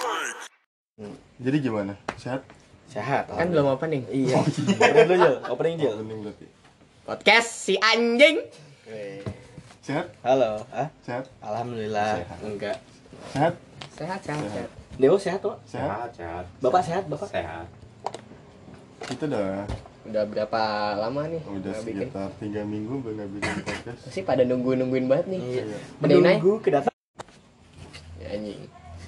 Jadi gimana? Sehat? Sehat. Kan belum opening. Iya. Opening dulu, Jil. Opening, Jil. Opening berarti. Podcast si anjing. Sehat? Halo, Sehat? Alhamdulillah. Sehat. Enggak. Sehat? Sehat. Dewo sehat, Pak? Sehat? Sehat. Bapak sehat, Bapak? Sehat. Kita Udah berapa lama nih? udah nggak bikin? sekitar 3 minggu nggak bikin podcast. Masih pada nungguin banget nih. Iya. Bedain aja. Menunggu kedatangan. Ya, anjing.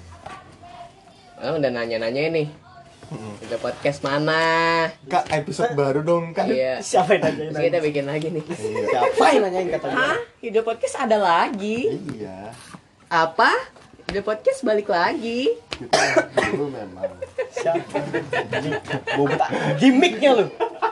Udah nanya-nanya nih. Udah podcast mana? Kak, episode baru dong kan? Iya. Siapa yang nanyain? Terus kita bikin lagi nih. Siapa yang nanyain katanya? Hah? Ide podcast ada lagi? Iya. Apa? Ide podcast balik lagi. Kita dulu memang. Siapa? Bobot gimmicknya lu.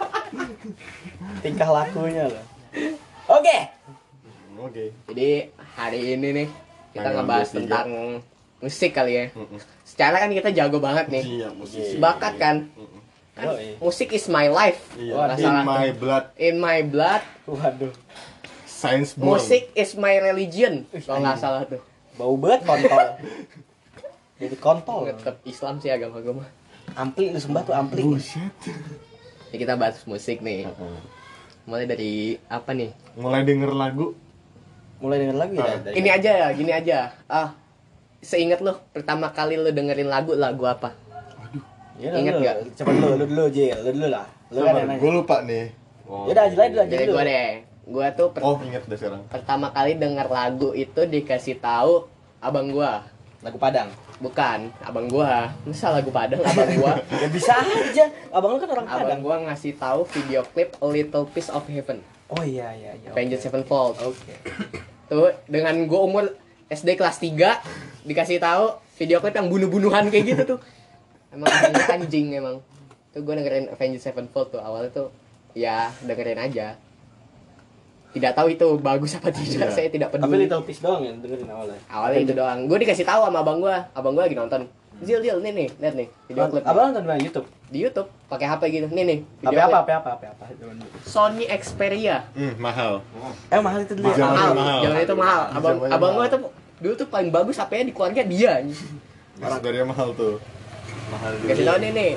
Tingkah lakunya lu. Oke. Oke. Jadi hari ini nih kita Tanggal ngebahas 23. tentang musik kali ya. Secara kan kita jago banget nih. Iya, musisi. Bakat kan? Kan Yoi. musik is my life. Iya. Nggak In salah. my blood, In my blood, Waduh. science born. musik is my religion. Kalau nggak salah tuh. Bau banget kontol. Jadi kontol. Tetap Islam sih agama gue mah. Ampli lu sembah tuh ampli. Buset. Jadi kita bahas musik nih. Mulai dari apa nih? Mulai denger lagu. Mulai denger lagi ya. dari- Ini aja ya, gini aja. Seingat lu pertama kali lu dengerin lagu apa? Ya, Ingat lu, nggak? Coba lu dulu, Jil. Lu dulu lah. Lu kan yang nanya. Gue lupa nih. Ya udah, aja dulu. Jadi gue deh. Gue tuh Oh, ingat deh sekarang. pertama kali denger lagu itu dikasih tahu abang gua. Lagu Padang. Bukan, abang gua. Masa lagu Padang abang gua? Ya bisa aja. Abang lu kan orang Padang. Abang gua ngasih tahu video klip A Little Piece of Heaven, Oh iya. Avenged Sevenfold. Oke. Tuh dengan gua umur SD kelas 3 dikasih tahu video klip yang bunuh-bunuhan kayak gitu tuh. Emang anjing emang. Tuh gua dengerin Avenged Sevenfold tuh awalnya tuh ya dengerin aja. Tidak tahu itu bagus apa tidak, Iya. saya tidak Tapi peduli. Little Piece doang yang dengerin awalnya. Awalnya itu doang. Gue dikasih tahu sama abang gue lagi nonton. Zil, nih, lihat nih video klip. Abang nonton di YouTube. Di YouTube pakai HP gitu. Nih, HP video klip. apa. Sony Xperia. Mahal. Mahal itu dulu ya. Zaman Mahal. mahal. Jangan itu mahal. Zamannya Abang gue mahal. tuh dulu tuh paling bagus HP-nya di keluarga dia. Xperia mahal tuh. Mahal dulu. Kasih tahu nih.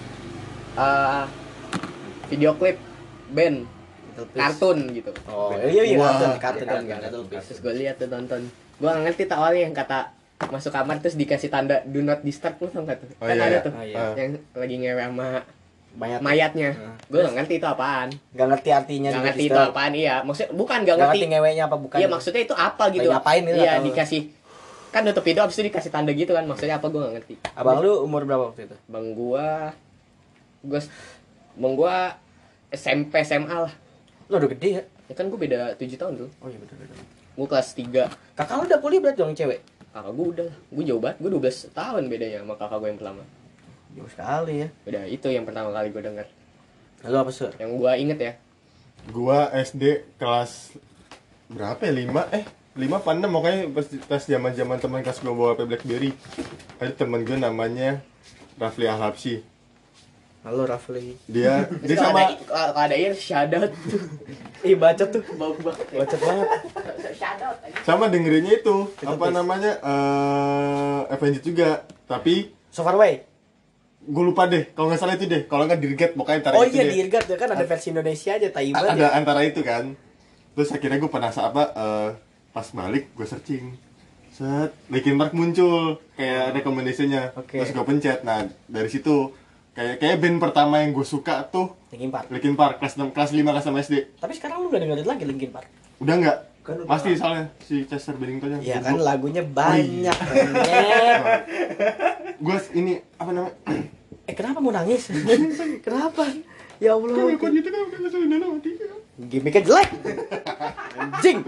Video klip band kartun gitu. Oh iya Wah. kartun. Terus gue lihat tuh nonton. Gue nggak ngerti tak awalnya yang kata masuk kamar terus dikasih tanda do not disturb, lu tau nggak tuh? Oh, Kan iya, ada iya. tuh Oh, iya. yang lagi ngewe sama Banyak mayatnya. Gue nggak ngerti itu apaan. Gak ngerti artinya. Nggak juga ngerti itu disturb. apaan, iya. Maksudnya bukan nggak Nggak ngerti. ngerti ngewenya apa bukan. Iya maksudnya itu apa gitu. Lagi ngapain gitu, Iya nggak tahu. dikasih. Kan nutup itu abis itu dikasih tanda gitu kan. Maksudnya apa gue nggak ngerti. Abang lu umur berapa waktu itu? Bang gua SMP SMA lah. Lu udah gede ya? Ya kan gue beda 7 tahun tuh. Oh iya betul. Gue kelas 3. Kakak lu udah kuliah berarti dong cewek? Kakak gue udah. Gue jauh banget. Gue 12 tahun bedanya sama kakak gue yang pertama. Jauh sekali ya. Udah itu yang pertama kali gue denger. Lalu apa sur? Yang gue inget ya. Gua SD kelas berapa ya? 5 apa 6 makanya pas zaman-zaman teman kelas gua bawa HP BlackBerry. Ada teman gue namanya Rafli Al-Habsyi. Halo Rafli. Dia Terus sama kalau ada yang shadow tuh. Ih bacot tuh. Bau banget. Bacot banget. Shadow aja. sama dengerinnya itu apa Piece. namanya Avenged juga, tapi So far away. gue lupa deh kalau nggak salah itu deh, kalau nggak Dirgat pokoknya antara Oh itu iya deh. di Irgat ya kan ada versi Indonesia aja Taiwan. Ada antara itu kan. Terus akhirnya gue penasaran pas balik gue searching, set Linkin Park muncul kayak rekomendasinya. Oke. Terus gue pencet, nah dari situ kayak band pertama yang gue suka tuh Linkin Park. Linkin Park kelas 5 kelas 6 SD. Tapi sekarang lu udah dengerin lagi Linkin Park. Udah nggak? Kan udah. Pasti soalnya si Chester Bennington yang Iya kan lagunya banyak. Banyak. gue ini apa namanya? Kenapa mau nangis? Kenapa? Ya Allah. Kok gitu kan udah selesai dalam hati. Gimiknya jelek. Anjing.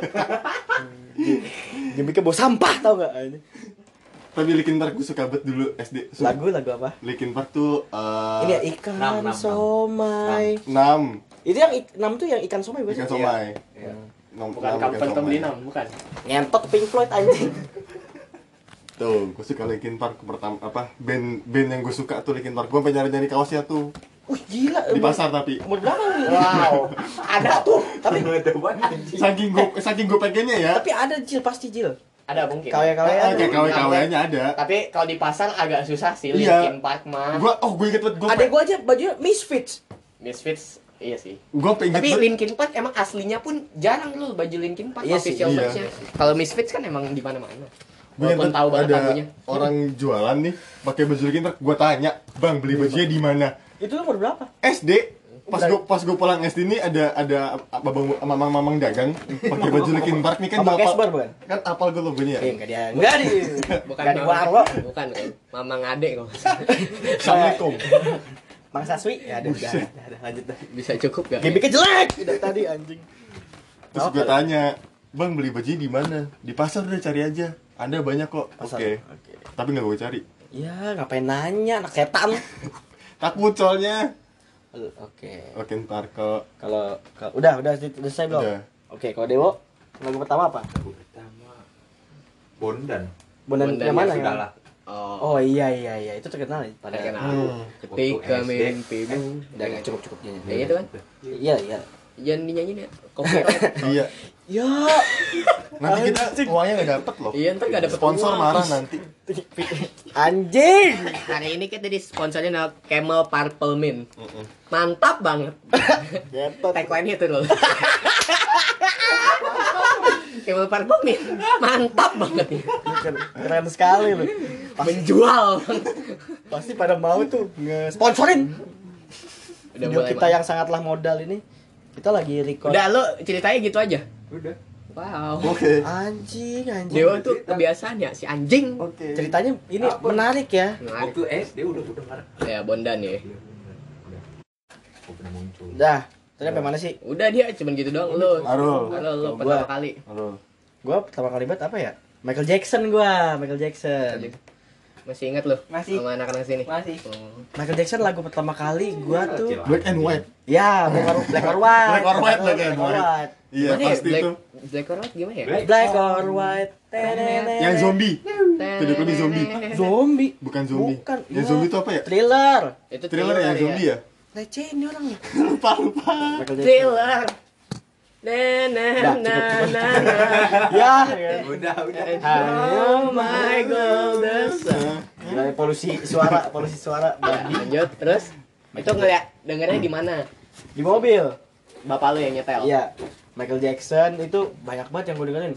Gimiknya bau sampah tau gak? Tapi Linkin Park gue suka banget dulu SD. Lagu apa? Linkin Park tuh Ini ya ikan Nam. somai. 6 Itu yang nam tuh yang ikan somai ikan bukan? somai. Iya. Bukan Comfortably Numb, bukan. Ngentot Pink Floyd anjing. Tuh, gue suka Linkin Park pertama band yang gue suka tuh Linkin Park. Gue sampai nyari kaosnya tuh Gila. di pasar tapi Umur berapa lu? Wow. Ada tuh. Tapi saking gue pengennya ya. ada Jil pasti Jil. Ada mungkin. KW-KW-an. Kayak KW-KW-nya ada. Tapi kalau di pasar agak susah sih Iya. Linkin Park mah. Gue inget banget Adek gua aja bajunya Misfits. Misfits iya sih. Gue pengen Tapi Linkin Park emang aslinya pun jarang loh baju Linkin Park Iya sih, official iya. merch-nya. Kalau Misfits kan emang di mana-mana. Gue Walaupun tahu banget ada lagunya. orang jualan nih pakai baju Linkin Park. Gue tanya, bang beli bajunya di mana? Itu umur berapa? SD. Pas gue pulang SD ini ada mamang dagang pakai baju Linkin Park nih kan. Abang gua Casper bukan? Kan apal gue logonya. Enggak dia. Enggak di. Bukan Enggak di Mamang- Warlo. Bukan kan. Mamang Ade kok. Assalamualaikum. Mang Saswi. Ya ada, lanjut dah. Bisa cukup gak? Gimiknya jelek. Tidak tadi anjing. Terus gue tanya, bang beli bajunya di mana? Di pasar udah cari aja. Ada banyak kok. Pasar. Oke. Oke. Tapi nggak gue cari. Ya, ngapain nanya anak setan. Takut soalnya. Oke. Linkin Park kok. Kalau udah selesai belum? Udah. Oke, kalau Dewo lagu pertama apa? Lagu pertama Bondan. Bondan Bondan yang mana? Sudah Yang? lah. Oh, Oh iya itu terkenal ya pada. terkenal. Ketika Waktu SD. mimpimu. Udah nggak cukup Yang itu kan? Iya. Jangan dinyanyiin ya. Copyright. Iya. Ya. Nanti kita uangnya nggak dapet loh. Iya, ntar gak dapet Sponsor uang. marah nanti. Anjing. Hari ini kita di sponsornya nama Camel Purple Mint. Mantap banget. Getot. Tagline itu loh. Camel Purple Mint. Mantap banget nih. Keren sekali lu. Menjual. Pasti pada mau tuh nge-sponsorin Udah video mulai kita yang sangatlah modal ini. Kita lagi record. Udah lo ceritanya gitu aja. Udah. Wow. Oke. Anjing. Dewa tuh kebiasaan ya si anjing. Oke. Ceritanya ini Apa? menarik ya. Menarik. Waktu SD udah dengar. Ya Bondan ya. Udah. Kok pernah muncul. Dah, tadi sampai mana sih? Udah dia cuman gitu doang lo. Arul. Halo lo Gua. pertama kali. Arul. Gua pertama kali banget apa ya? Michael Jackson gua, Michael Jackson. Masih ingat lo? Masih. Sama anak-anak sini. Masih. Oh. Michael Jackson lagu pertama kali gua tuh Black and White. ya Black or White. Black or White, Black and White. Iya Gimana ya? pasti itu. Black or White gimana ya? Black or White. Yang zombie. Tidak lebih zombie. Zombie. Bukan zombie. Bukan. Yang zombie itu apa ya? Thriller. Itu Thriller ya zombie ya? Lecehin nih orang nih. Lupa. Michael Jackson. Thriller. Na na Dah, na cukup. na na. Ya. Udah. Oh my golden sun. Dari polusi suara babi. Lanjut terus. Itu ngeliat dengernya di mana? Di mobil. Bapak lu yang nyetel. Iya. Michael Jackson itu banyak banget yang gue dengerin.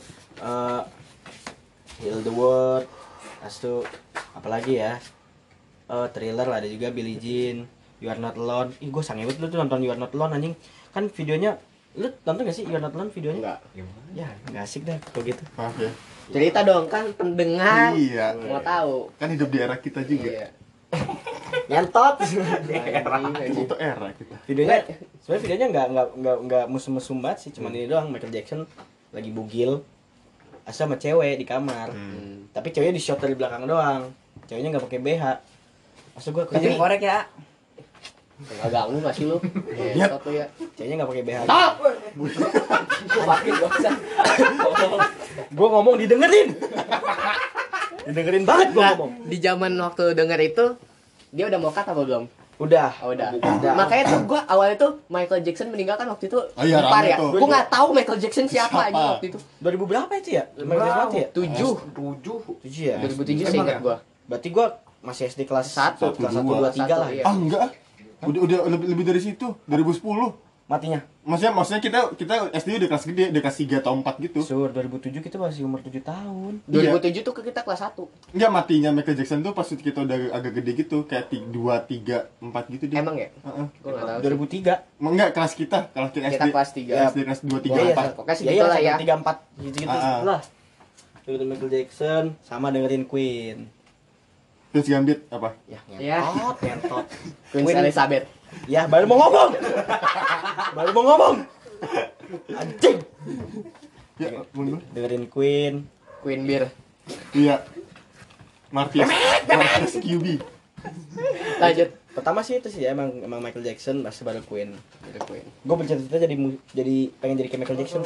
Heal the World. Terus tuh apalagi ya? Thriller ada juga Billie Jean, You Are Not Alone. Ih, gue sange banget lu tuh nonton You Are Not Alone anjing. Kan videonya lu nonton gak sih You Are Not Alone videonya? Enggak. Gimana? Ya, enggak asik dah kalau gitu. Maaf ya. Cerita dong kan pendengar. Iya. Mau tahu. Kan hidup di era kita juga. Iya. Nyentot. Itu era kita. Videonya sebenarnya videonya enggak mesum-mesum banget sih, cuman ini doang Michael Jackson lagi bugil sama cewek di kamar. Tapi ceweknya di shot dari belakang doang. Ceweknya enggak pakai BH. Masa gua Ini kerja korek ya. Enggak ganggu masih lu. Iya. Satu ya. ceweknya enggak pakai BH. Stop. Gua makin gak usah. Gua ngomong didengerin. Didengerin banget gua Nah, ngomong. di zaman waktu denger itu dia udah mau cut apa belum? Udah. Oh, udah. Udah. Makanya tuh gua awalnya tuh Michael Jackson meninggal kan waktu itu Oh iya, Impar rame ya. tuh. Gua nggak tahu Michael Jackson siapa Siapa? aja waktu itu. 2000 berapa itu ya? Michael Jackson mati ya? 7. 7 ya? 2007 Emang sih ingat ya? gua. Berarti gua masih SD kelas Satu. 1, kelas 1, 2, 3 lah. Iya. Ah enggak. Udah lebih dari situ. 2010. Matinya. Maksudnya kita SD udah kelas gede, udah kelas 3 atau 4 gitu. Sur 2007 kita masih umur 7 tahun. 2007 tuh ke kita kelas 1. Enggak, matinya Michael Jackson tuh pas kita udah agak gede gitu, kayak 2, 3, 4 gitu dia. Emang ya? Heeh. Gua enggak tahu. Sih. 2003. Enggak, kelas kita SD. Kita kelas 3. Ya. SD kelas 2, 3, Iya, iya, 4. Pokoknya segitu lah ya. 3 4 gitu-gitu Ah. lah. Dengerin Michael Jackson sama dengerin Queen. Terus Gambit apa? Ya, Ya. ngentot. Queen Elizabeth. Ya, baru mau ngomong. Baru mau ngomong. Anjing. Ya, mundur. Dengerin Queen. Queen Beer. Iya. Martis QB. Lanjut. Pertama sih itu sih ya, emang Michael Jackson, baru Queen. Ada Queen. Gue bercita-cita jadi pengen jadi kayak Michael Jackson.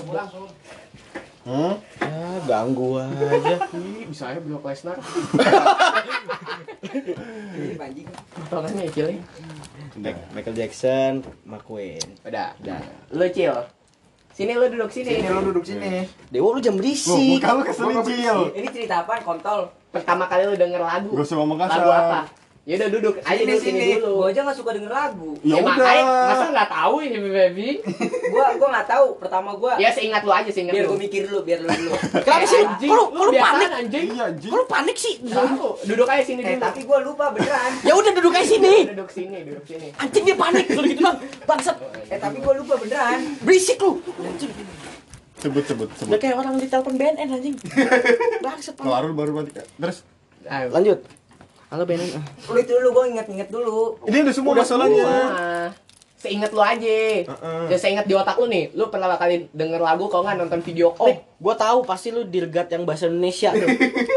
Ya, ganggu aja. Ih, bisa aja Brock Lesnar. Potongannya ya, Cil. Michael Jackson, sama Queen. Udah. Udah. Lu Cil. Sini lu duduk sini. Sini lu duduk sini. Dewo lu jam Loh, berisik. muka lu keselin, Cil. Ini cerita apaan kontol? Pertama kali lu denger lagu. Gak usah ngomong kasar. Lagu apa? Ya udah duduk aja dulu sini dulu. Gua aja enggak suka denger lagu. Ya makanya, udah. masa nggak tahu ini baby? Gua enggak tahu. Pertama gua Ya seingat lu aja, seingat biar lu. gua mikir dulu, biar lu dulu. Kenapa sih? Anjing, Kok lu biasaan, panik? anjing? Iya, anjing. Kok lu panik sih? Tahu. Duduk aja sini dulu. Tapi gua lupa beneran. Ya udah duduk aja sini. Duduk sini, duduk sini. Anjing dia panik kalau gitu bang. Bangsat. Tapi gua lupa beneran. Berisik lu. Anjing. Sebut. Udah kayak orang di telepon BNN anjing. Bangsat. Bang. Kelar baru mati. Terus Ayo. Lanjut. Halo BNN. Lu itu dulu gua inget-inget dulu. ini udah semua masalahnya. Nah, seingat lu aja. Ya seingat di otak lu nih, lu pernah kali denger lagu kalau nggak nonton video Oh, klip. gua tahu pasti lu dirgat yang bahasa Indonesia tuh.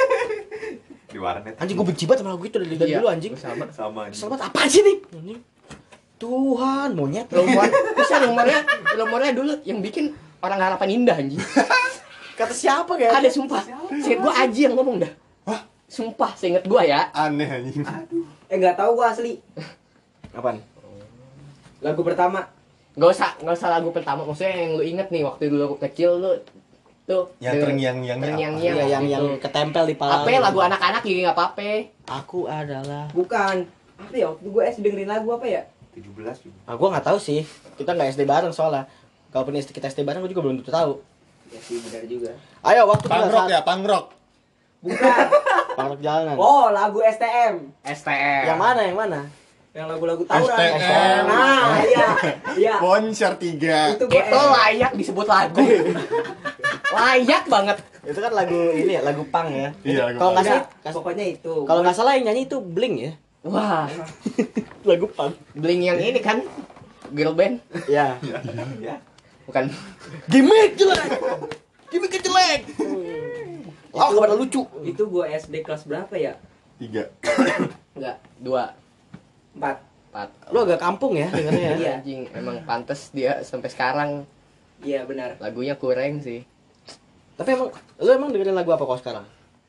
Di warnet. Anjing gua benci banget sama lagu itu dari Iya, dulu anjing. sama. Sama anjing. Selamat apaan sih nih? Anjing. Tuhan, monyet. Bisa rumornya dulu yang bikin orang harapan indah anjing. Kata siapa kayak? Ada sumpah. Seingat gua Aji yang ngomong dah. Sumpah, seingat gua ya. Aneh anjing. Enggak tahu gua asli. Apaan? Lagu pertama. Gak usah lagu pertama. Maksudnya yang lu inget nih waktu dulu kecil lu tuh. Yang terngiang-ngiang. Terngiang-ngiang. Iya, yang ketempel di pala. Apa lagu anak-anak juga nggak apa-apa. Aku adalah. Bukan. Apa ya? Waktu gua SD dengerin lagu apa ya? 17 juga. Gua nggak tahu sih. Kita nggak SD bareng soalnya. Kalaupun kita SD bareng, gua juga belum tentu tahu. Ya sih benar juga. Ayo waktu Pangrok ya, pangrok. Bukan. Pangrok jalanan. Oh, lagu STM. STM. Yang mana? Yang mana? Yang lagu-lagu tawuran. STM. Nah, iya. Iya. Konser 3. Itu gua Itu layak disebut lagu. Layak banget. Itu kan lagu ini ya, lagu punk ya. Iya, lagu Kalau nggak Enggak, salah, pokoknya itu. kalau nggak salah yang nyanyi itu Blink ya. Wah, Lagu punk. Blink yang ini kan girl band, Ya. Ya. bukan? Gimik jelek. Gimik jelek. Oh, kabar lucu. Itu gua SD kelas berapa ya? 3. Enggak, 2, 4. 4. Lu agak kampung ya dengarnya ya. Iya. Anjing, emang pantes dia sampai sekarang Iya, benar. lagunya kurang sih. Tapi emang dengerin lagu apa kau sekarang?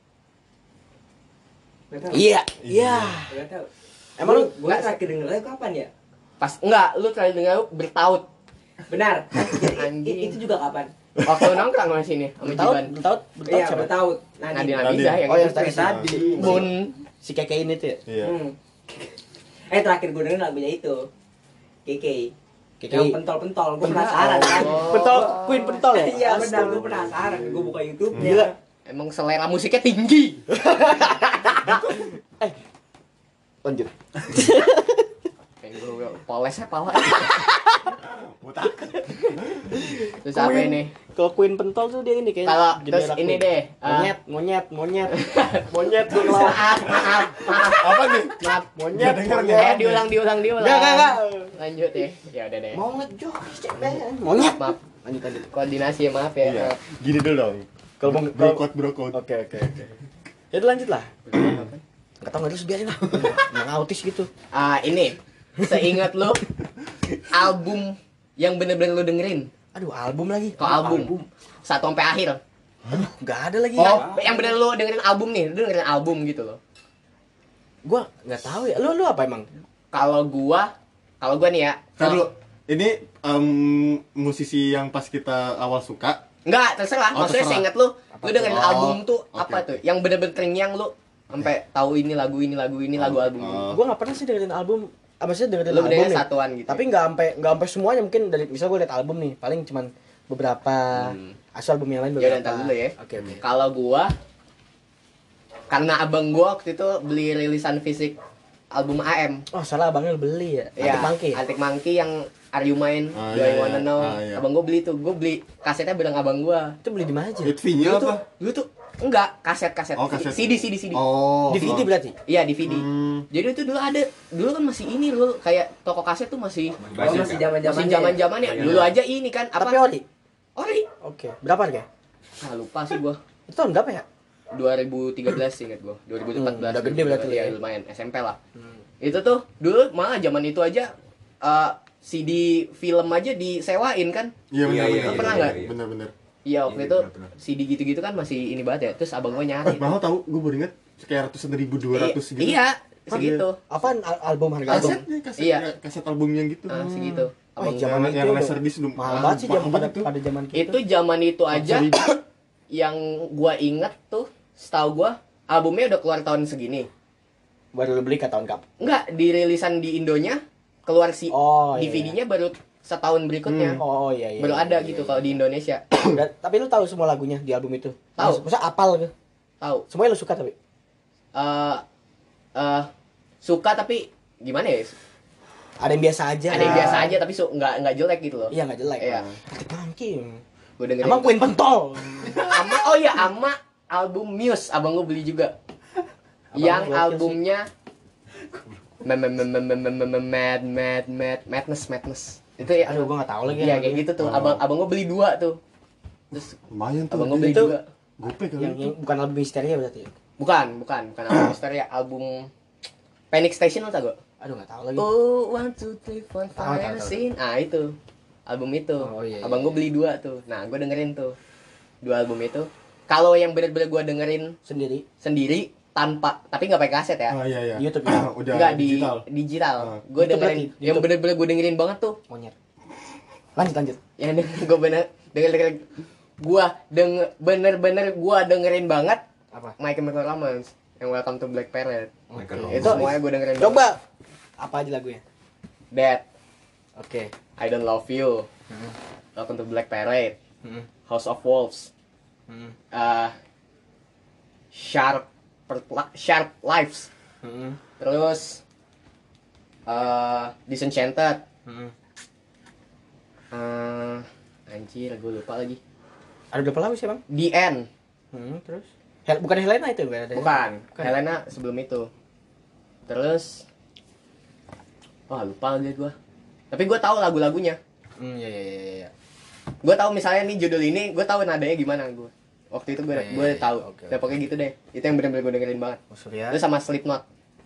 Enggak tahu. Iya. Iya. Enggak tahu. Emang lu gua terakhir denger lagu kapan ya? Pas enggak, lu terakhir dengar bertaut. Benar. Anjing. Itu juga kapan? Waktu nongkrong sama sini sama bertaut, Jiban. bertaut Iya, siapa? bertaut. Nadine Nadine. Abiza yang Oh, yang itu. tadi tadi. Moon. Si Keke ini tuh ya. Iya. Terakhir gue dengerin lagunya itu. KK. Keke. Yang pentol-pentol, gue penasaran kan. Pentol, Queen pentol ya? Iya, benar, gue Astaga. penasaran. Gue buka YouTube-nya. Gila. Emang selera musiknya tinggi. Lanjut. Kayak gue polesnya pala. Botak. Terus apa ini? Kalau Queen pentol tuh dia ini kayaknya. Kalau Jendela terus ini Queen. deh. Monyet. Monyet gue ngelawan. Maaf. Apa nih? Maaf. Monyet. Nggak denger, monyet. Diulang. Enggak. Lanjut ya. Ya udah deh. Monyet Joyce, monyet. Maaf. Lanjut. Koordinasi ya, maaf ya. Iya. Gini dulu dong. Kalau mau Brokot. Oke. Ya udah lanjut lah. Enggak tahu enggak biarin lah. Emang autis gitu. Ini seingat lu album yang bener-bener lu dengerin. Aduh, album lagi. Kok album? 1 sampai akhir. Aduh, enggak ada lagi. Oh, yang bener lu dengerin album nih, lu dengerin album gitu loh. Gua enggak tahu ya. Lu apa emang? Kalau gua nih ya. Kan dulu. Ini musisi yang pas kita awal suka. Enggak, terserah. Oh, Maksudnya terserah. seingat lu Apa dengerin tuh? album tuh Oke, apa oke. tuh? Yang bener-bener terngiang lu sampai tahu ini lagu album. Gua enggak pernah sih dengerin album. Maksudnya dengerin Lu album dengerin nih. satuan gitu. Tapi enggak sampai semuanya, mungkin dari misal gua liat album nih, paling cuman beberapa asal album yang lain Ya udah, beberapa. ntar dulu ya. Oke. Kalau gua karena abang gua waktu itu beli rilisan fisik album AM. Oh, salah abangnya beli ya. Ya, Antik Monkey. Antik Monkey yang Are You Mine, Ah, Do iya, I Wanna iya. Know. Ah, iya. Abang gua beli tuh. Gua beli kasetnya bareng abang gua. Itu beli di mana aja? Hit vinyl Dulu tuh, apa? dulu tuh enggak kaset. Oh, kaset. CD. Oh. DVD berarti. Iya, DVD. Hmm. Jadi itu dulu ada, dulu kan masih ini dulu kayak toko kaset tuh masih Masih zaman-zamannya. zaman-zamannya. Dulu aja ini kan apa? Tapi ori. Ori. Oke. Berapa harga? Lupa sih gua. Itu tahun berapa ya? 2013 ingat gua. 2014. Udah gede berarti ya, ya. lumayan SMP lah. Itu tuh dulu malah zaman itu aja CD film aja disewain kan? Iya benar. Iya, benar. pernah nggak? Benar. Iya, waktu Iya, itu benar. CD gitu-gitu kan masih ini banget ya. Terus abang gua nyari. Mahal tahu, gue baru inget kayak ratusan ribu, 200 gitu. Iya, segitu. Apaan album harga album? Kaset, kaset, Iya. kaset albumnya gitu. Segitu. Oh, Abang zaman itu yang udah laserdisc dulu. mahal banget sih zaman banget pada zaman kita. itu zaman itu aja yang gua inget tuh, setahu gua albumnya udah keluar tahun segini. Baru lu beli ke tahun kap. Enggak, dirilisan di Indonya keluar si Oh, iya. DVD-nya baru setahun berikutnya. Oh iya iya. Baru iya, ada iya, gitu iya. kalau di Indonesia. Tapi lu tahu semua lagunya di album itu? Tahu. Masa apal gitu? Tahu. Semuanya lu suka tapi? Eh suka tapi gimana ya? Ada yang biasa aja. Ada yang biasa aja tapi nggak jelek gitu loh. Iya nggak jelek. Iya. Arctic Monkey. Gue dengerin. Emang Queen pentol. Oh iya, ama album Muse abang gue beli juga. Abang Yang lu gokil albumnya Madness. Itu ya. Aduh gua nggak tahu lagi. Iya kayak gitu tuh. Abang gue beli 2 tuh. Terus Lumayan tuh. abang gue beli Itu- juga. Gope kali. Yang bukan album Histeria berarti. Bukan album Hysteria, album Panic Station lo tau gak? Aduh nggak tahu lagi. Oh, 1, 2, 3, 4, Tahu, 5, tahu. scene. Ah itu album itu. Oh, iya, Abang iya, gue beli 2 tuh. Nah gue dengerin tuh 2 album itu. Kalau yang bener-bener gue dengerin Sendiri. sendiri tanpa, tapi nggak pakai kaset ya. Ah iya iya. Di YouTube ya? Udah Enggak digital. di digital. Ah. Gue YouTube dengerin berarti, yang YouTube. bener-bener gue dengerin banget tuh. Monyet. Lanjut. Yang gue bener-bener bener-bener gue dengerin banget Apa? My Chemical Romance yang Welcome to Black Parade. Oke. Itu semuanya gue dengerin. Coba. Apa aja lagunya? Dead, Oke. I Don't Love You, Welcome to Black Parade, House of Wolves, Sharp Lives, terus Disenchanted. Anjir, gue lupa lagi. Ada berapa lagu sih bang? The End. Terus? Bukan Helena itu nggak ada. Bukan. Helena sebelum itu. Terus wah lupa lagi gue. Tapi gue tahu lagu-lagunya. Iya. Gue tahu misalnya nih judul ini, gue tahu nadanya gimana gue. Waktu itu gue Iya, tahu. oke, Udah oke. pokoknya gitu deh. Itu yang benar-benar gue dengerin banget. Oh, Surya. Terus sama Slipknot.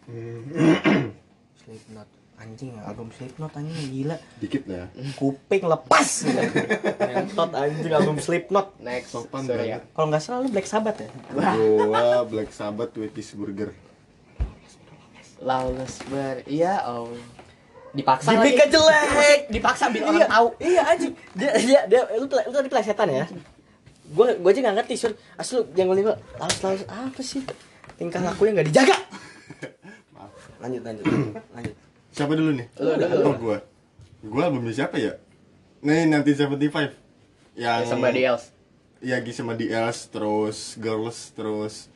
Slipknot. Anjing, album Slipknot anjing gila. Dikit lah. Kuping lepas. Ngentot anjing album Slipknot. Next. Sopan Surya. banget. Kalau nggak salah lu Black Sabbath ya? Gua Black Sabbath Wheaties Burger. Lawless iya dipaksa lagi. Dipika jelek. Dipaksa biar orang tahu. Iya anjing. Dia lu tadi plesetan ya. Gua aja enggak ngerti sur. Asli yang gue lalu apa sih? Tingkah lakunya enggak dijaga. Lanjut. Siapa dulu nih? Lu dulu. Oh gua. Gua albumnya siapa ya? Nih 1975. Yang Somebody Else. Iya, Somebody Else, terus Girls, terus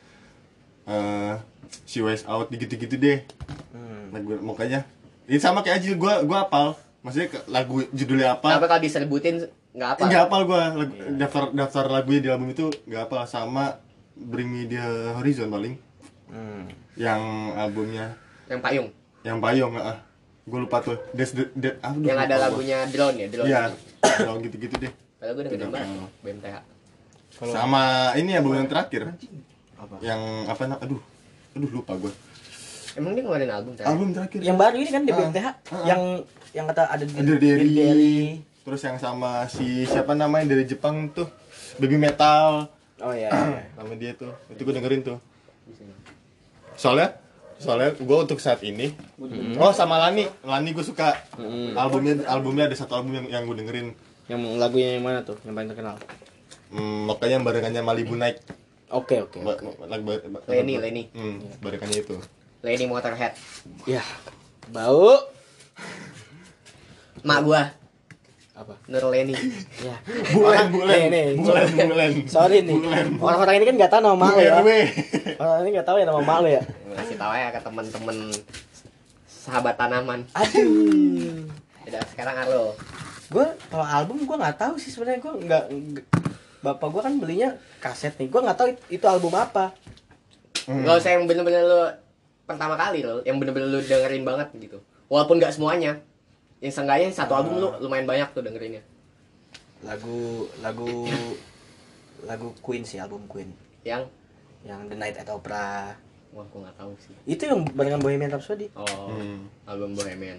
She Ways Out, gitu-gitu deh. Nah, makanya ini sama kayak Ajil, gua hafal. Maksudnya lagu judulnya Tapi apa? kalau disebutin nggak apa. Enggak hafal gua. Daftar lagunya di album itu enggak hafal, sama Bring Me The Horizon paling. Yang albumnya Yang Payung. yang Payung, gue lupa tuh. Yang ada lagunya Drone ya, Drone. Iya, kalau gitu-gitu deh. Padahal gue dengerin Tidak banget tahu. BMTH. Sama ini album yang terakhir. Apa? Yang apa aduh lupa gue. Emang dia ngeluarin album terakhir? Album terakhir. Yang baru ini kan di BMTH yang kata ada di Ada Derry. Terus yang sama si siapa namanya dari Jepang tuh, Baby Metal. Oh iya. Sama dia tuh. Itu gue dengerin tuh. Soalnya gue untuk saat ini, oh sama Lani gue suka. Albumnya ada satu album yang gue dengerin. Yang lagunya yang mana tuh? Yang paling terkenal? Makanya yang barengannya Malibu Night. Oke. Lenny. Barengannya itu. Lenny Motorhead. Ya. Bau. Mak gua, Apa? Nur Lenny. Ya. Bulan. Sorry nih. Orang-orang ini kan nggak tahu nama mak lo ya. RW. Orang ini nggak tahu ya nama mak lo ya. Ngasih tahu ya ke temen-temen sahabat tanaman. Aduh. Udah sekarang Arlo. Gue kalau album gue nggak tahu sih sebenarnya gue nggak. Bapak gue kan belinya kaset nih. Gue nggak tahu itu album apa. Gak usah yang bener-bener lu pertama kali lo, yang bener-bener lu dengerin banget gitu. Walaupun nggak semuanya. Yang seenggaknya satu album lu lumayan banyak tuh dengerinnya. Lagu Queen sih, album Queen. Yang The Night at Opera. wah gua nggak tahu sih. Itu yang barengan Bohemian Rhapsody. Oh, album Bohemian.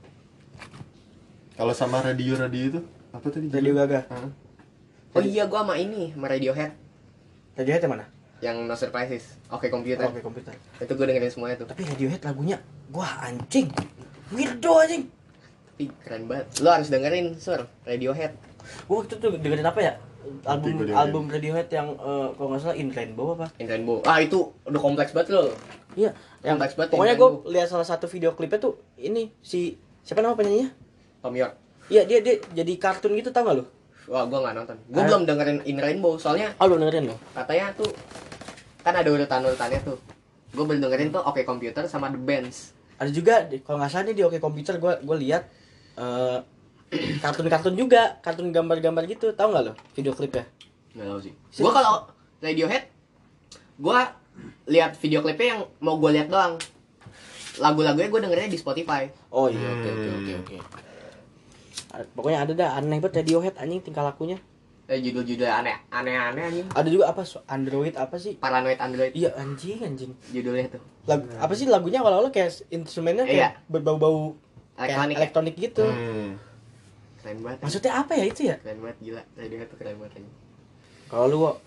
Kalau sama radio itu apa tadi? Radio Gaga. Oh iya, gua sama ini, sama Radiohead. Radiohead yang mana? Yang No Surprises. Oke, komputer. Oke, komputer. Itu gua dengerin semuanya tuh. Tapi Radiohead lagunya wah anjing. Weirdo anjing. Tapi keren banget. Lo harus dengerin, Sur, Radiohead. Gua waktu itu dengerin apa ya? Tiga dia. Album Radiohead yang kalau nggak salah In Rainbow apa? In Rainbow. Ah, itu udah kompleks banget lo. Iya, yang Kompleks banget pokoknya In gue Rainbow. lihat salah satu video klipnya tuh ini si siapa nama penyanyinya? Tom York. Iya dia jadi kartun gitu tau gak lu? Wah, gua nggak nonton. Gua belum dengerin In Rainbow, soalnya Oh lu dengerin lo? katanya tuh kan ada urutan-urutannya tuh. Gua belum dengerin tuh Oke Computer sama The Bands. Ada juga kalau nggak salah nih di Oke Komputer gue lihat kartun-kartun juga, kartun gambar-gambar gitu, tahu nggak lo video klipnya? Nggak tahu sih. Gua kalau Radiohead, gua lihat video klipnya yang mau gua lihat doang. Lagu-lagunya gua dengerinnya di Spotify. Oh iya oke. Pokoknya ada dah aneh banget Radiohead anjing tingkah lakunya. Judul-judulnya aneh-aneh anjing. Ada juga apa Android apa sih? Paranoid Android Iya anjing. judulnya tuh. Lagu apa sih lagunya awal-awal kayak instrumennya Iya. kayak berbau-bau Elektronik. kayak elektronik gitu. Keren banget. Maksudnya apa ya itu ya? Keren banget gila. Radiohead tuh keren banget anjing. Kalau lu Wo,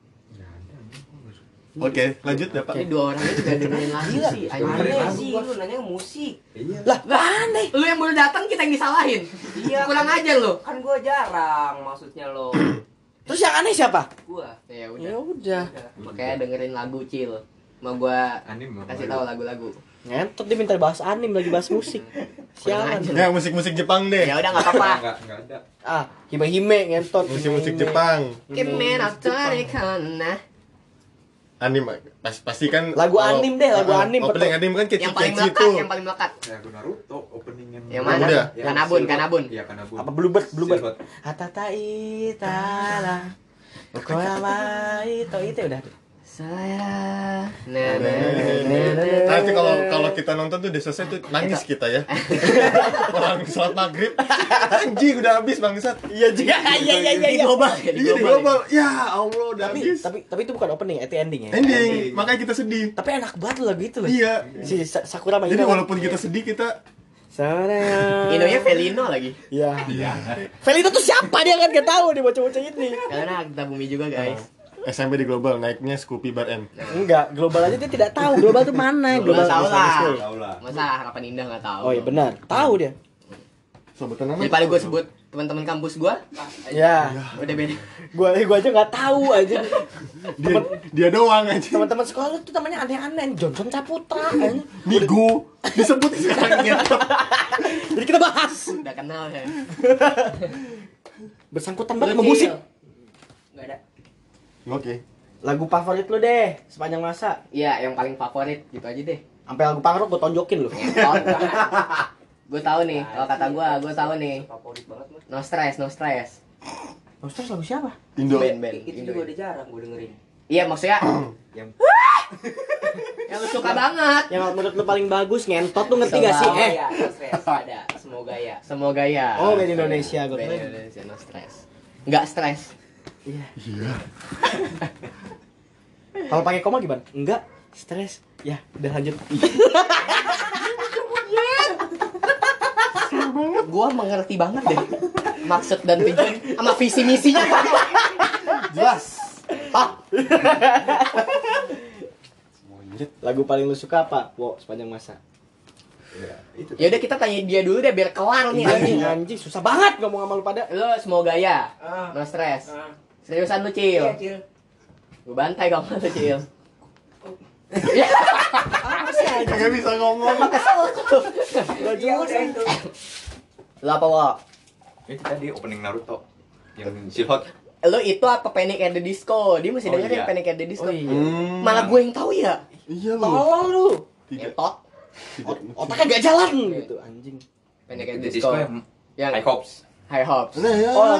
Oke, lanjut ya, Pak. Ini dua orang ini juga dengerin lagu Gila. sih. Aneh Aneh sih, lu nanya musik. Iya. lah aneh. Lu yang baru datang kita yang disalahin. Iya. Kurang ajar lu. Kan gua jarang maksudnya lo. Terus yang aneh siapa? Gua. Ya Ya udah. udah. Makanya dengerin lagu Cil. Mau gua Anime kasih tahu lagu-lagu. Ngentot dia minta bahas anime lagi bahas musik. Sialan. Ya, musik-musik Jepang deh. Ya udah enggak apa-apa. Enggak ada. Ah, hime-hime ngentot. Musik-musik Hime-hime. Jepang. Kimi no Torikona. Anime pasti kan Lagu kalau- anime deh, lagu anime, Opening betul. anime kan Yang paling kecil-kecil melekat, tuh. yang paling melekat. Lagu Naruto openingnya. Yang mana? Udah. Kanabun. Iya, Kanabun. Apa Bluebird? Silhouette. Hatatai tala. Koyamai to itu udah. Saya. Nanti kalau kita nonton tuh udah selesai tuh nangis kita ya. Orang sholat maghrib, anjing udah habis bangsat. Iya juga. Iya. Di global. Iya di global. Ya Allah udah habis. Tapi itu bukan opening, itu ending ya. Ending, makanya kita sedih. Tapi enak banget loh lagu itu loh. Iya. Si Sakura main. Jadi walaupun kita sedih kita Sore. Inonya Felino lagi. Iya. Felito tuh siapa dia kan gak tahu dia bocah-bocah ini. Karena kita bumi juga guys. SMP di global naiknya Scoopy Bar M. Enggak, global aja dia tidak tahu global tuh mana. Global tahu Islamic lah. School. Tahu lah. Masa harapan indah nggak tahu? Oh iya benar, tahu dia. Sebutan nama. Daripada gue sebut teman-teman kampus gue, Ya, udah beda. gua aja nggak tahu aja. Dia doang aja. Teman-teman sekolah lu tuh namanya aneh-aneh, Johnson Saputra. Aneh. Migo disebut sekarang gitu. Jadi kita bahas Udah kenal ya. bersangkutan banget sama musik. Enggak ada. Oke. Lagu favorit lu deh sepanjang masa. Iya, yang paling favorit gitu aja deh. Sampai lagu punk rock gua tonjokin lu. Gue tahu nih, kalau kata gue tahu nih. Favorit banget mah. No stress, no stress. Terus lagu siapa? Indo. Band. Itu juga udah jarang gua dengerin. Iya, maksudnya Yang yang lu suka banget. Yang menurut lu paling bagus ngentot lu ngerti gak sih? Ya, no stress. Ada. Semoga ya. Semoga ya. Oh, band Indonesia, gua Band kira. Indonesia, no stress. Enggak stress. Iya. Iya. Kalau pakai koma gimana? Enggak, stres. Ya, udah lanjut. Gua mengerti banget deh maksud dan tujuan sama visi misinya kan. Jelas. Lagu paling lu suka apa? Wo, sepanjang masa. itu. Ya udah kita tanya dia dulu deh biar kelar nih anjing. Anjing, susah banget ngomong sama lu pada. Lu semoga ya. Ah. No stress. Ah. Seriusan lu, Cil. Iya, Cil. Gue bantai kamu tuh, Cil. Kagak bisa ngomong. Ya udah itu. Lu apa, Wo? Itu tadi opening Naruto. Yang Silhouette. Lu itu apa Panic at the Disco? Dia masih Oh, dengerin iya. Panic at the Disco. Oh iya. Malah gue yang tahu ya. Iya lu. Tolong lu. Tidak. Entot. Otaknya gak jalan gitu anjing. Panic at the Itu Disco. yang High Hopes. High Hopes. Nah, ya. Oh,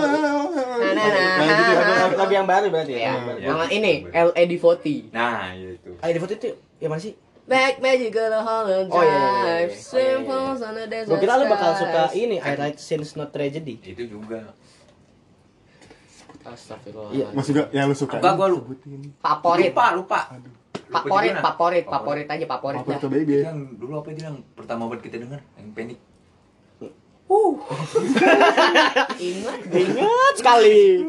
Nah, Lagu yang baru berarti Ya, ya. Iya. sama ini LA Devotee. Nah, itu. Ayo di foto itu ya mana sih? Back magical hologram. Oh, iya. Simple on the desert. Gua kira lu bakal suka skies. ini I Write Sins Not Tragedy. Itu juga. Astagfirullah. Iya. Mas juga yang lu suka. Enggak, gua lu. Sebutin. Favorit. Lupa. Favorit Gimana? favorit aja favorit Apa dah. tuh baby? Yang dulu apa itu yang pertama buat kita dengar? Yang Panic. Ingat. Ingat sekali.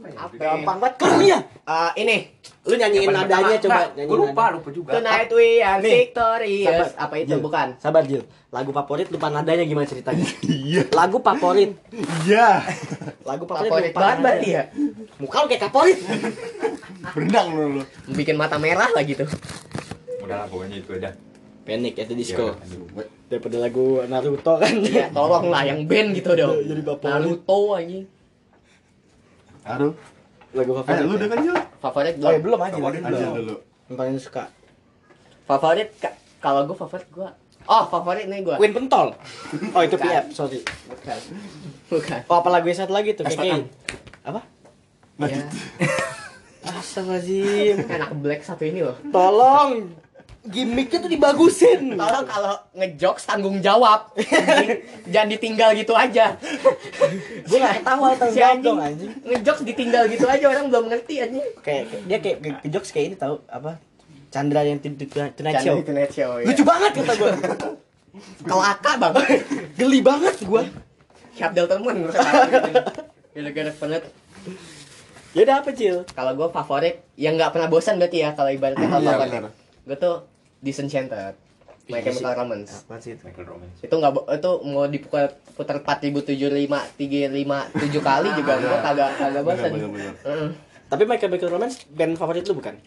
Apa? Gampang banget kamunya. Ini, lu nyanyiin nadanya coba. Gue lupa juga. Tonight we are Nih. victorious. Sabar. Apa itu? Jil, Bukan. Sabar Jil. Lagu favorit lupa nadanya gimana ceritanya? Iya. Lagu favorit. Iya. Lagu favorit Favorit lupa banget nadanya. berarti ya. Muka lu kayak favorit. Berenang lu. Bikin mata merah lah gitu. Udah lah pokoknya itu aja. Panic at the Disco. Iya, Daripada lagu Naruto kan. Ya, tolong lah yang band gitu dong. Jadi favorit. Naruto anjing. Aduh. Lagu favorit. Lu udah kan Jul? Favorit Oh ya belum? belum aja. Favorit Aja Belum. dulu. Yang paling suka. Favorit kalau gue favorit gue. Oh, favorit nih gue. Queen Pentol. Oh itu Bukan. PF, sorry. Bukan. Bukan. Oh apa lagu yang satu lagi tuh? STM. Apa? Ya. Astagfirullahaladzim. Anak black satu ini loh. Tolong. Gimmicknya tuh dibagusin. Tolong kalau ngejokes tanggung jawab. Anjing. Jangan ditinggal gitu aja. Gue gak ketawa tanggung Si jawab anjing dong anjing. ngejokes ditinggal gitu aja orang belum ngerti anjing. Dia kayak ke jokes kayak ini tahu apa? Chandra yang Tonight Show. Tonight Show. Ya. Lucu banget kata gue. Kelaka bang. Geli banget gue. Siap Delta Moon. Gara-gara banget. Ya udah apa Cil? Kalau gue favorit yang nggak pernah bosan berarti ya kalau ibaratnya kalau Iya, favorit. benar. Gue tuh Disenchanted. My Chemical Romance. Apaan sih itu? Michael Romance. Itu itu mau diputar 4075 7 kali juga gue kagak bosan. Benar. Tapi My Chemical Romance band favorit lu bukan?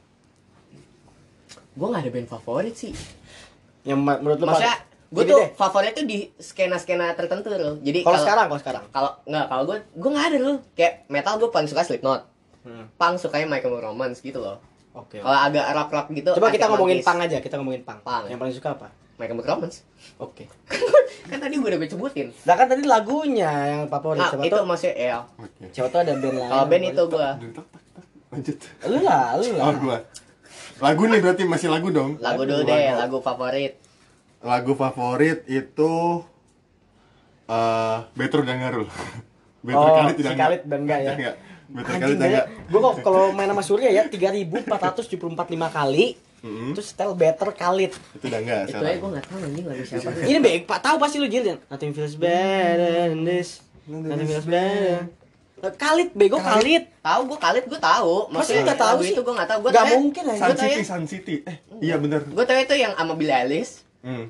Gue nggak ada band favorit sih. Yang menurut lu Maksudnya gue Gini tuh deh, favorit tuh di skena-skena tertentu loh. Jadi kalau sekarang kalau gue nggak ada loh. Kayak metal gue paling suka Slipknot. Punk sukanya My Chemical Romance gitu loh. Oke. Kalau agak rock gitu. Coba kita Arctic ngomongin Monkeys. punk aja, kita ngomongin punk. Punk, Yang ya. paling suka apa? My Chemical Romance. Oke. Kan tadi gue udah sebutin. Nah kan tadi lagunya yang favorit. Nah, Siapa itu tuh? maksudnya ya. Oke. Siapa tuh ada band lain? Kalau band yang itu gue Lanjut. Lu lah. Oh, gua. Lagu nih berarti masih lagu dong. lagu dulu deh, lagu favorit. Lagu favorit itu Better dan Garul. Better Oh, kali tidak si Khalid dan enggak ya? Enggak. Better kali Anjing tidak enggak. gue kok kalau main sama Surya ya 3.474 kali. Terus setel Better Khalid. Itu udah enggak Itu aja sekarang. gue nggak tahu anjing lagu siapa. Ini baik, Pak tahu pasti lu Jil. Nothing feels better than this. Nothing feels better. Khalid, bego Khalid. Tahu gue Khalid gue tahu. Maksudnya nggak tahu lagu sih? itu gue nggak tahu. Gue Gak mungkin lah. Sun tahu ya. City, Sun City. Iya benar. Gue tahu itu yang sama Billie Eilish.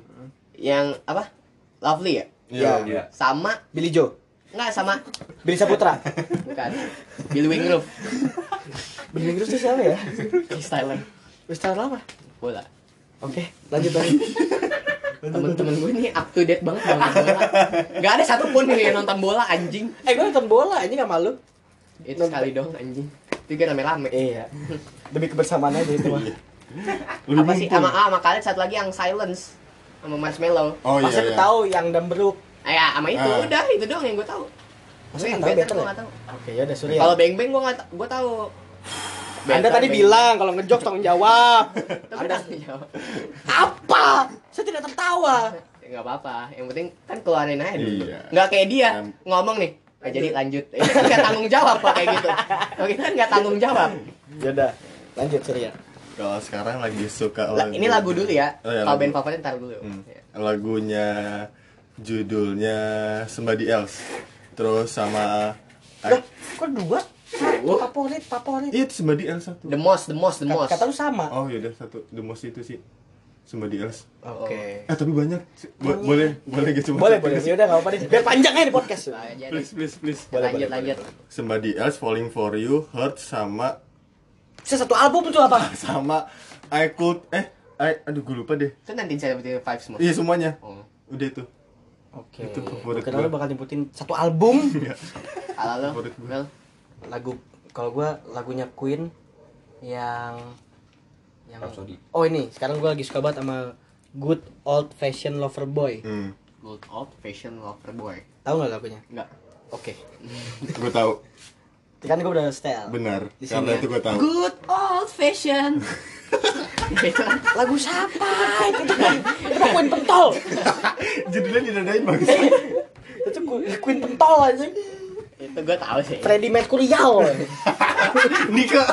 Yang apa? Lovely ya? Iya. Iya. Sama Billy Joe, nggak sama Billy Saputra. bukan Billy Wingrove. Billy Joe itu siapa ya? Chris Tyler Ustaz lama. bola. Oke, lanjut lagi. Temen-temen gue ini up to date banget nonton bola. Gak ada satupun nih yang nonton bola anjing. Gue nonton bola, ini gak malu. Itu sekali dong anjing. Tiga rame-rame. Iya. Demi kebersamaan aja itu mah. Lebih Apa sih mumpung. sama kalian satu lagi yang Silence sama Marshmallow. Oh iya. Masa iya. tahu yang Damberuk. Ya sama itu Ah. udah itu doang yang gue tahu. Masa Yang nggak tahu better Better gue ya? nggak tahu. Oke, ya udah Surya. Kalau Bang Bang gue tahu. Anda tadi bilang kalau ngejok tanggung jawab. Tapi Anda tanggung jawab. apa? Saya tidak tertawa. Ya, nggak apa-apa. Yang penting kan keluarin aja dulu. Iya. Nggak kayak dia Em- ngomong nih. Jadi lanjut. Itu kan nggak tanggung jawab kok kayak gitu. Kalau kita kan nggak tanggung jawab. Ya udah, lanjut Surya. Kalau sekarang lagi suka Ini lagu dulu ya. Oh, iya, Kalau lagu. band favorit ntar dulu. Ya. Lagunya judulnya Somebody Else. Terus sama Kok dua? Favorit. Iya itu Somebody Else satu. The most. Kata lu sama. Oh yaudah satu The Most itu sih Somebody Else. Oke. Tapi banyak. Boleh gak cuma Boleh. satu? Ya udah enggak apa-apa deh. Biar panjang aja di podcast. Nah, jadi Please. lanjut. Somebody Else, Falling For You, Hurt sama Bisa satu album itu apa? I Could aduh gue lupa deh. Itu nanti saya sebutin five semua. Iya semuanya. Oh. Udah itu. Oke. Itu favorit Karena lu gua. bakal nyebutin satu album. Kalau lo, Favorit gua. Mel, Lagu kalau gua lagunya Queen yang Rhapsody. Oh ini, sekarang gua lagi suka banget sama Good Old Fashioned Lover Boy. Good Old Fashion Lover Boy. Tahu nggak lagunya? Enggak. Oke. Gue tahu. Kan gua udah setel. Benar. Di Karena sini. itu gue tahu. Good Old Fashion. Lagu siapa? Itu kan Queen pentol. Judulnya didadain bagus. Itu Queen pentol aja. Itu gue tahu sih. Freddie Mercurial. Nika.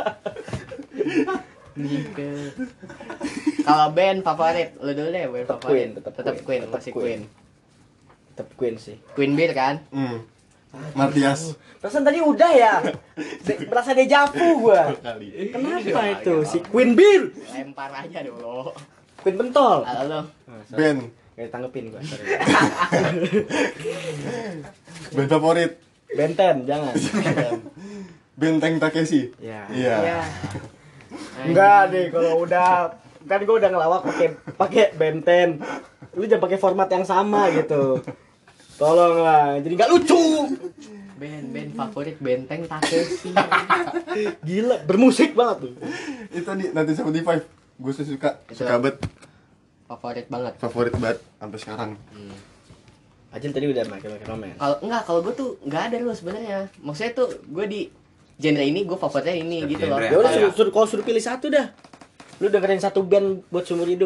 Kalau band favorit, lu dulu deh band favorit. Queen, tetap Tetap Queen. Queen, masih Queen. Tetap Queen sih. Queen Beer kan? Matias Perasaan tadi udah ya. Berasa dejavu gua. kali. Kenapa itu si Queen Beer? Lempar aja dulu. Queen Pentol. Halo. Ben Kayak tanggepin gua. Sorry. band favorit Benten, jangan. Benteng Takeshi. Ya. Iya. Ya. Enggak deh kalau udah kan gua udah ngelawak pakai Benten. Lu jangan pakai format yang sama gitu. Tolonglah, jadi nggak lucu. Band favorit Benteng Takeshi. Gila, bermusik banget tuh. Itu di nanti 75. Gue suka banget, Favorit banget. favorit banget sampai sekarang. Ajil tadi udah pakai Romance. Kalau gue tuh nggak ada loh sebenarnya. Maksudnya tuh gue di genre ini gue favoritnya ini gitu loh. Genre. Ya udah Apa kalau suruh pilih satu dah. Lu dengerin satu band buat seumur hidup.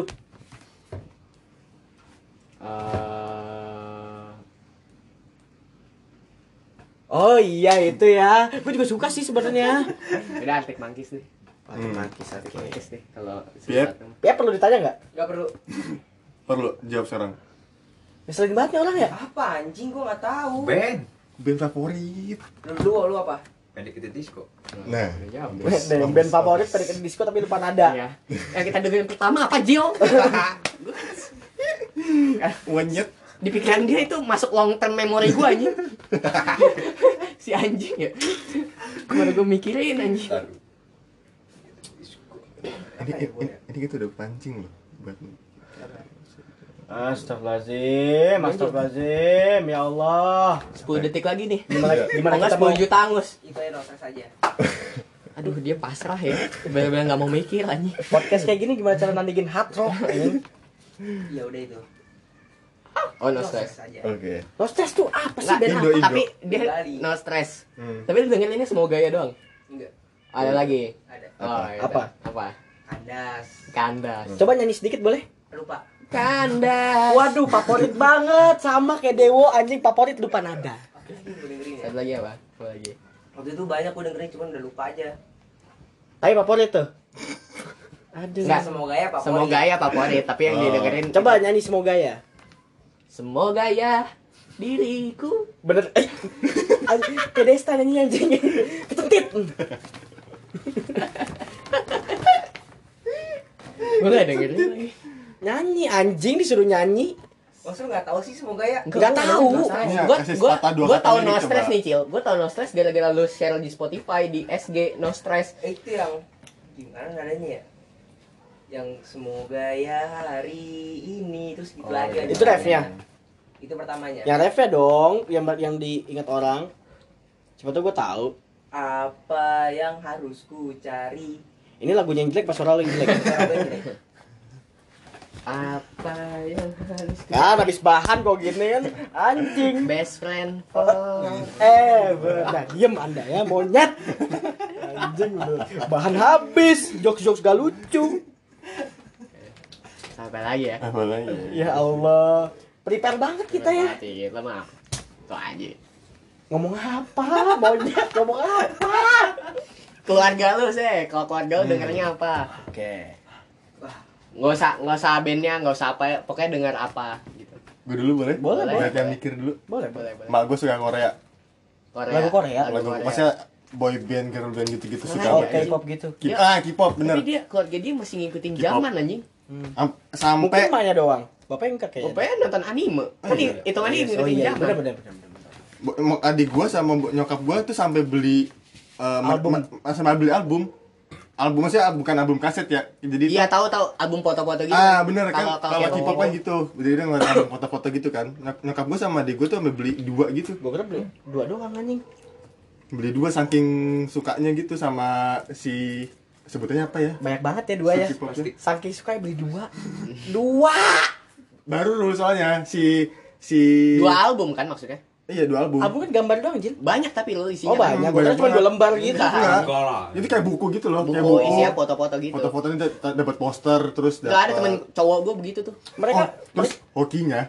Oh iya itu ya. Gue juga suka sih sebenarnya. Udah Arctic Monkeys deh. Otomatis Arctic Monkeys deh kalau Yep. Ya perlu ditanya nggak? Gak perlu. Perlu jawab sekarang. Ngeselin banget nih orang ya. Apa anjing gua nggak tahu. Band. Band favorit. Lu apa? Pendek disco. Nah, Udah jawab. Band favorit pada disco tapi lupa nada. Iya. Yang kita dengerin pertama apa Jil? Wanyet. Di pikiran dia itu masuk long term memory gue anjing. Si anjing ya. Kemarin gue mikirin anjing. Taruh. Ini kita udah pancing loh buat Astagfirullahaladzim, ya Allah. 10 detik lagi nih. Gimana Enggak kita mau 10 juta angus. Itu aja notes saja. Aduh dia pasrah ya. Bener-bener gak mau mikir anjing. podcast kayak gini gimana cara nandingin hard rock? Ya udah itu. Oh no Notes stress. saja. Oke. No stress tuh apa sih Nggak, band? Indo. tapi dia Bali. no stress. Hmm. Tapi lu dengerin ini semua gaya doang. Enggak. Ada lagi. Ada. Oh, ya Apa? udah. Apa? Kandas. Kandas. Coba nyanyi sedikit boleh? Lupa. Kandas. Waduh, favorit banget, sama kayak Dewo anjing favorit lupa nada. Apa lagi gua dengerin ya? Satu lagi apa? Apa lagi? Waktu itu banyak gua dengerin cuman udah lupa aja. Tapi favorit tuh. Aduh. Nggak. Semoga ya Pak. Semua gaya favorit, tapi yang didengerin Coba nyanyi semoga ya. semua gaya diriku. Bener. Anjing, kayak Desta nyanyi anjing. Ketentit. Gue gak dengerin lagi. Nyanyi anjing disuruh nyanyi. Maksud lu nggak tahu sih semoga ya? Nggak tahu. Iya, Gue kasih sepatah dua kata tahu lirik, no coba. stress nih Cil. Gue tahu no stress gara-gara lu share di Spotify di SG no stress. Itu yang gimana nadanya ya? Yang semoga ya hari ini terus gitu lagi aja. Itu refnya. Itu pertamanya. Yang refnya dong, yang diingat orang. Siapa tuh gue tahu. Apa yang harus ku cari? Ini lagunya yang jelek pas suara lu yang jelek. Apa yang harus Kan habis bahan kok gini kan anjing. best friend for Nah, diem Anda ya, monyet. Anjing udah bahan habis, jokes-jokes gak lucu. sampai lagi ya. Apa lagi? Ya Allah, prepare banget kita ya. Kita mah tuh aja. Ngomong apa? Monyet ngomong apa? Keluarga lu sih, kalau keluarga lu dengernya apa? Oke. Nggak usah bandnya, nggak usah apa ya, pokoknya denger apa gitu. Gue dulu boleh? Boleh, Biar boleh. yang mikir dulu. Boleh, Boleh, boleh. Mak gue suka Korea. Lagu Korea? Lagu Korea. Maksudnya boy band, girl band gitu-gitu suka. Oh, Iya, K-pop gitu. K-pop Tapi bener. dia keluarga dia masih ngikutin K-pop. zaman anjing. Mungkin Sampai emaknya doang. Bapaknya enggak kayaknya. Pokoknya nonton anime. Kan iya. hitungannya Oh ngikutin iya, zaman. benar. adik gue sama nyokap gue tuh sampai beli Album. sampai beli album. Album maksudnya bukan album kaset ya. Jadi Iya tahu album foto-foto gitu. bener kan kalau K-pop kan gitu. Jadi dia ngeliat album foto-foto gitu kan. Nyokap gue sama adik gue tuh sampai beli 2 gitu. Gua kira beli 2 doang anjing. Beli 2 saking sukanya gitu sama si sebutannya apa ya? Banyak banget ya 2 ya. Si K-pop tuh. Saking suka beli 2. 2. Baru dulu soalnya si 2 album kan maksudnya. iya 2 album. Album kan gambar doang, Jin. Banyak tapi lo isinya. Oh, banyak. Gua banyak kira cuma banget. 2 lembar gitu. Enggak. Enggak. lah. Itu kayak buku gitu loh, kayak Buku isinya foto-foto gitu. Foto-fotonya dapat poster terus Enggak ada temen cowok gue begitu tuh. Mereka terus hokinya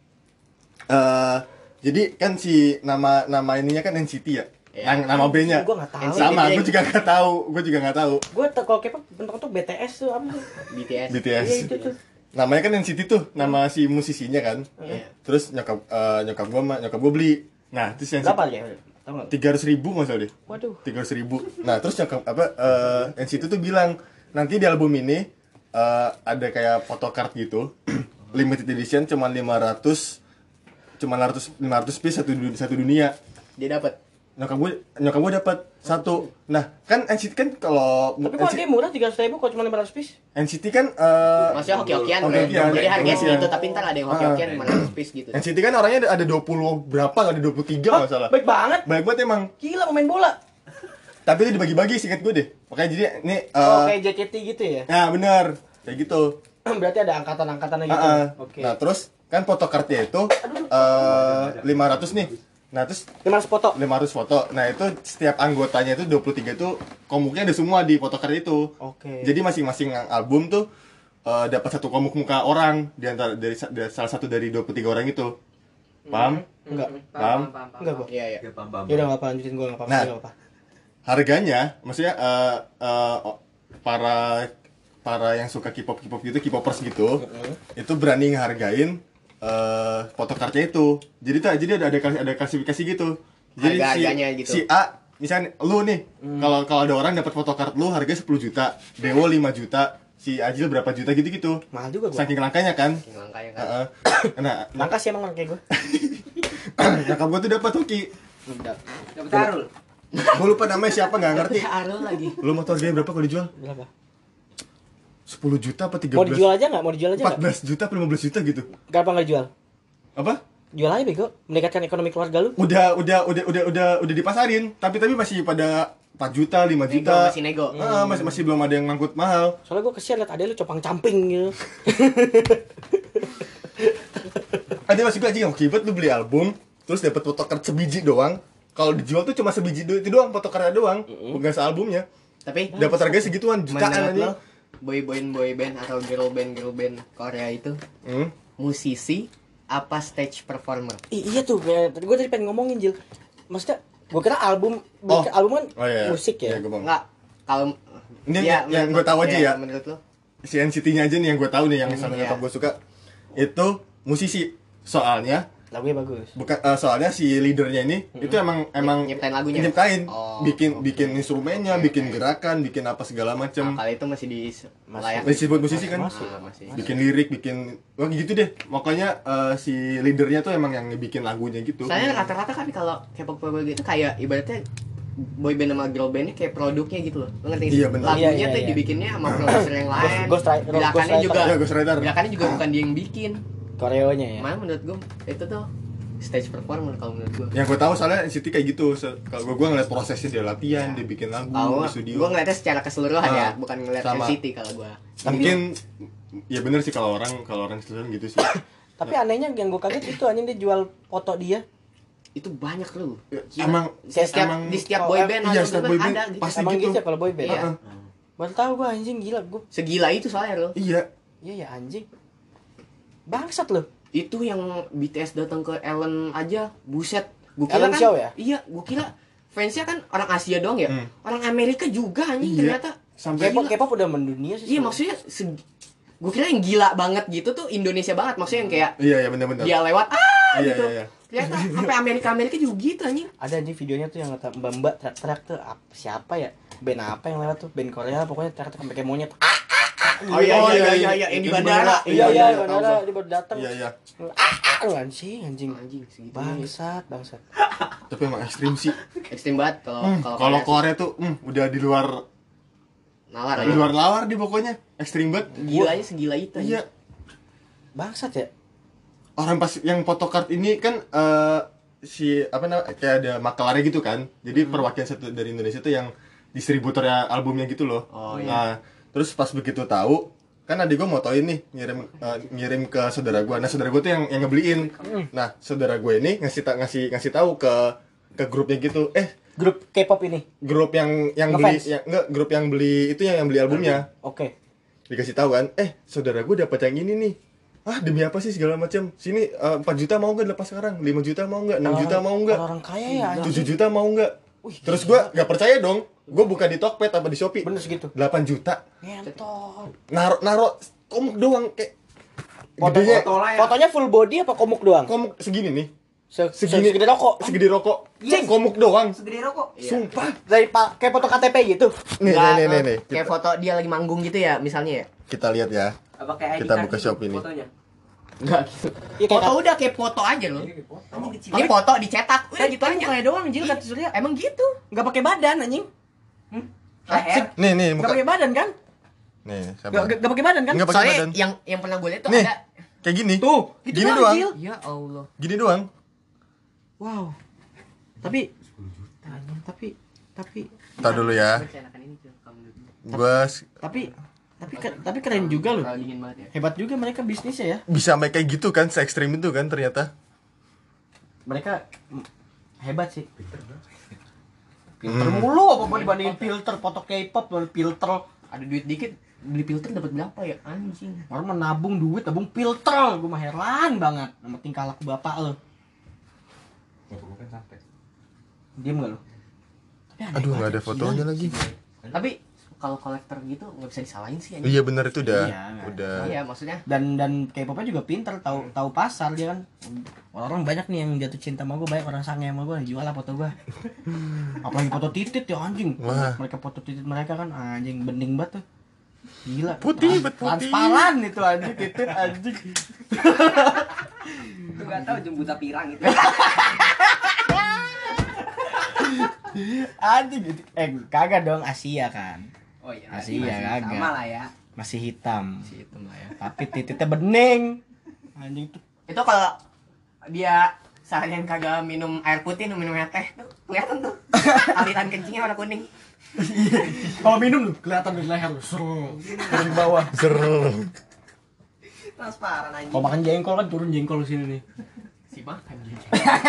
jadi kan si nama ininya kan NCT ya. Iya. Nama B-nya. Gua nggak tahu. Sama, NCT. gue juga nggak tahu. gue kalau K-pop bentuk tuh BTS tuh apa tuh? BTS. BTS. Iya itu tuh. Namanya kan NCT tuh, nama si musisinya kan. Iya. Terus nyokap gua beli Nah, terus yang Berapa ya? Tahu nggak? 300.000 nggak salah deh. Waduh. 300.000. Nah, terus yang NCT tuh bilang nanti di album ini ada kayak photocard gitu, limited edition cuma 500 piece satu dunia. Dia dapat. Nyokap gue dapat satu. Nah, kan NCT kan kalau Tapi kok harganya murah 300.000 kok cuma 500 piece? NCT kan Maksudnya hoki-hokian, Hoki-hokian. jadi harganya Hoki-hokian. segitu, tapi ntar ada yang hoki-hokian 500 piece gitu. NCT kan orangnya ada 20 berapa, ada 23 nggak salah. Baik banget. Baik banget emang. Gila pemain bola. Tapi itu dibagi-bagi singkat gue deh. Makanya jadi ini Kayak JKT gitu ya. nah benar. Kayak gitu. Berarti ada angkatan-angkatannya gitu. Oke. Nah, terus kan photocardnya itu 500 nih. Nah, terus 500 foto. 500 foto. Nah, itu setiap anggotanya itu 23 itu komuknya ada semua di photocard itu. Oke. Jadi masing-masing album tuh dapat satu komuk muka orang di antara dari salah satu dari 23 orang itu. Paham? Enggak. Paham? Enggak gua. Iya, iya. Ya paham. Ya udah enggak apa lanjutin gua enggak apa-apa. Nah. Nggak apa. Harganya maksudnya para yang suka K-pop gitu, K-popers gitu, itu berani ngehargain photocardnya itu. Jadi ada klasifikasi gitu. Jadi Harga-harganya gitu. si A misalnya lu nih, kalau ada orang dapat photocard lu harganya 10 juta, Dewo 5 juta, si Ajil berapa juta gitu-gitu. Mahal juga gua. Saking langkanya kan. Langkahnya kan. Heeh. Nah, Langka sih emang kayak gua. nyokap gua tuh dapat hoki. Dapat Arul. Gua lupa namanya siapa nggak ngerti. Arul lagi. Lu mau tau harganya berapa kalau dijual? Berapa? 10 juta apa 13? Mau dijual aja enggak? Mau dijual aja enggak? 14 juta apa 15 juta gitu. Kenapa enggak dijual? Apa? Jual aja bego, meningkatkan ekonomi keluarga lu. Udah dipasarin, tapi masih pada 4 juta, 5 Nego, juta. masih nego. Masih belum ada yang ngangkut mahal. Soalnya gua kesian liat adek lu copang-camping gitu. Ada masih gue aja yang kibet lu beli album, terus dapat photocard sebiji doang. Kalau dijual tuh cuma sebiji itu doang, photocardnya doang, bukan sealbumnya. Tapi Dapat harganya segituan, jutaan menurut lo, aja. boy band atau girl band Korea itu Hmm? musisi apa stage performer? Iya tuh, kayak gue tadi pengen ngomongin Jil. Maksudnya, gue kira album kan Oh, iya. musik ya. Iya, gua bang. Enggak, kalau Ini ya, yang menurut gue tahu lo- aja ya, ya. menurut lo Si NCT-nya aja nih yang gue tahu nih yang sama iya. nyokap gue suka. Itu musisi. Soalnya Lagunya bagus. bukan soalnya si leadernya ini itu emang Nyiptain lagunya? nyiptain Oh, bikin instrumennya, Oke, bikin oke. gerakan, bikin apa segala nah, macem. kali itu masih di layak Masih disebut musisi kan? masih. Bikin lirik, bikin wah gitu deh. Makanya si leadernya tuh emang yang bikin lagunya gitu. Soalnya rata-rata kan kalau K-pop gitu kayak ibaratnya boy band sama girl bandnya kayak produknya gitu loh. Lo ngerti nggak sih? Iya, bener. Lagunya Iya, tuh iya. dibikinnya sama produser yang lain. Gerakannya Ghostwriter. juga Ya, Ghostwriter. gerakannya juga bukan dia yang bikin. Koreonya ya. Malah menurut gue itu tuh stage performer kalau menurut gue. Yang gue tahu soalnya NCT kayak gitu. Kalau gue ngeliat prosesnya dia latihan, dia bikin lagu Kalau di studio. gue ngeliatnya secara keseluruhan ya, Ah, bukan ngeliat sama. NCT kalau gue. Mungkin ya bener sih kalau orang seluruhan gitu sih. Tapi anehnya yang gue kaget itu anjing dia jual foto dia. Itu banyak lu. Emang Di setiap boy band iya, atau setiap girl boy band band ada gitu. pasti Emang gitu. gitu ya kalau boy band. Iya. Baru tahu gue anjing gila gue. Segila itu soalnya lo. Iya. Iya ya anjing. Bangsat loh. Itu yang BTS datang ke Ellen aja, buset. Gua Ellen kan, Show ya? Iya, gua kira fansnya kan orang Asia doang ya. Hmm. Orang Amerika juga anjing Iya. ternyata. Sampai Gila. K-pop udah mendunia sih. Iya maksudnya gua kira yang gila banget gitu tuh Indonesia banget. Maksudnya yang kayak iya benar-benar. dia lewat Iya, gitu. iya. Ternyata sampai Amerika juga gitu anjing. Ada anjing videonya tuh yang kata mbak-mbak teriak-teriak tuh siapa ya? Band apa yang lewat tuh? Band Korea pokoknya teriak-teriak sampai kayak monyet. Oh iya yang di bandara. Iya iya, bandara dia baru datang. Iya. Anjing. Anjing segitu. Bangsat. Tapi emang ekstrim sih. Ekstrim banget Kalau Korea tuh udah di luar nalar di ya. luar lawar dia pokoknya. Ekstrim banget. Gilanya segila itu. anjing. Iya. Bangsat ya. Orang pas yang photocard ini kan si apa namanya kayak ada makalarnya gitu kan. Jadi perwakilan satu dari Indonesia tuh yang distributornya albumnya gitu loh. Oh, iya. Nah, terus pas begitu tahu kan adik gue motoin nih ngirim ke saudara gue. Nah saudara gue tuh yang ngebeliin. Nah saudara gue ini ngasih tahu ke grupnya gitu. Grup K-pop ini. Grup yang beli Ngefans? enggak grup yang beli itu yang beli albumnya. Oke. Dikasih tahu kan, saudara gue dapat yang ini nih. Ah demi apa sih segala macam. Sini 4 juta mau nggak lepas sekarang? 5 juta mau nggak? 6 juta mau nggak? Orang kaya ya 7 anjing. juta mau nggak? Terus gue nggak percaya dong. Gue buka di Tokped apa di Shopee. Bener segitu. 8 juta. Ngentot. Naro komuk doang kayak Foto, gedenya foto lah ya. Fotonya full body apa komuk doang? komuk segini nih. segede rokok. Segede rokok. Yes. Komuk doang. Segede rokok. Sumpah. Dari kayak foto KTP gitu. Nih, Nggak, nih. Kayak foto dia lagi manggung gitu ya, misalnya ya. Kita lihat ya. Apa kayak ID Kita card buka gitu shop ini. fotonya? Enggak gitu. Iya, Foto udah kayak foto aja loh. Anjing kecil. Ini foto dicetak, udah gitu aja. Kayak doang anjing kata Surya. Emang gitu. Enggak pakai badan anjing. Leher. Nih, Enggak muka. pakai badan kan? Nih, Enggak sabar. pakai badan kan? Nggak pakai Soalnya badan. yang pernah gue lihat tuh Nih. ada. Kayak gini. Tuh, gitu Gini doang. Jil. Ya Allah. Gini doang. Wow. Tapi Tar dulu ya. Gua tapi keren juga loh. Terlalu dingin banget ya. Hebat juga mereka bisnisnya ya. bisa sampai kayak gitu kan, se ekstrim itu kan ternyata. Mereka hebat sih. Filter mulu apa dibandingin filter foto K-pop dan filter. Ada duit dikit, beli filter dapat berapa ya? Anjing. Orang menabung duit, tabung filter. Gue mah heran banget sama tingkah laku bapak lo. Bapak gue kan sampai. Diem gak lo? Aduh, nggak ada fotonya lagi. Tapi kalau kolektor gitu nggak bisa disalahin sih anjing. Iya benar itu udah. Iya, Udah. Iya, maksudnya Dan K-popnya juga pinter, tahu pasar dia kan. Orang banyak nih yang jatuh cinta sama gue, banyak orang sange sama gue, jual lah foto gue. Apalagi foto titit ya anjing. Wah. Mereka foto titit mereka kan anjing bening banget tuh. Gila. Putih, putih. Transparan itu anjing titit anjing. Itu enggak tahu jembuta pirang itu. Anjing gitu. Kagak dong Asia kan. Oh iya. Masih berarti ya, kagak. sama lah ya. Masih hitam. si itu lah ya. Tapi titiknya bening. Anjing tuh. Itu kalau dia seharian kagak minum air putih, minum air teh, tuh kelihatan tuh aliran kencingnya warna kuning. Kalau minum tuh kelihatan dari leher lu. Seru. Dari bawah. Seru. Transparan anjing. Kalau makan jengkol kan turun jengkol sini nih. Si makan dia.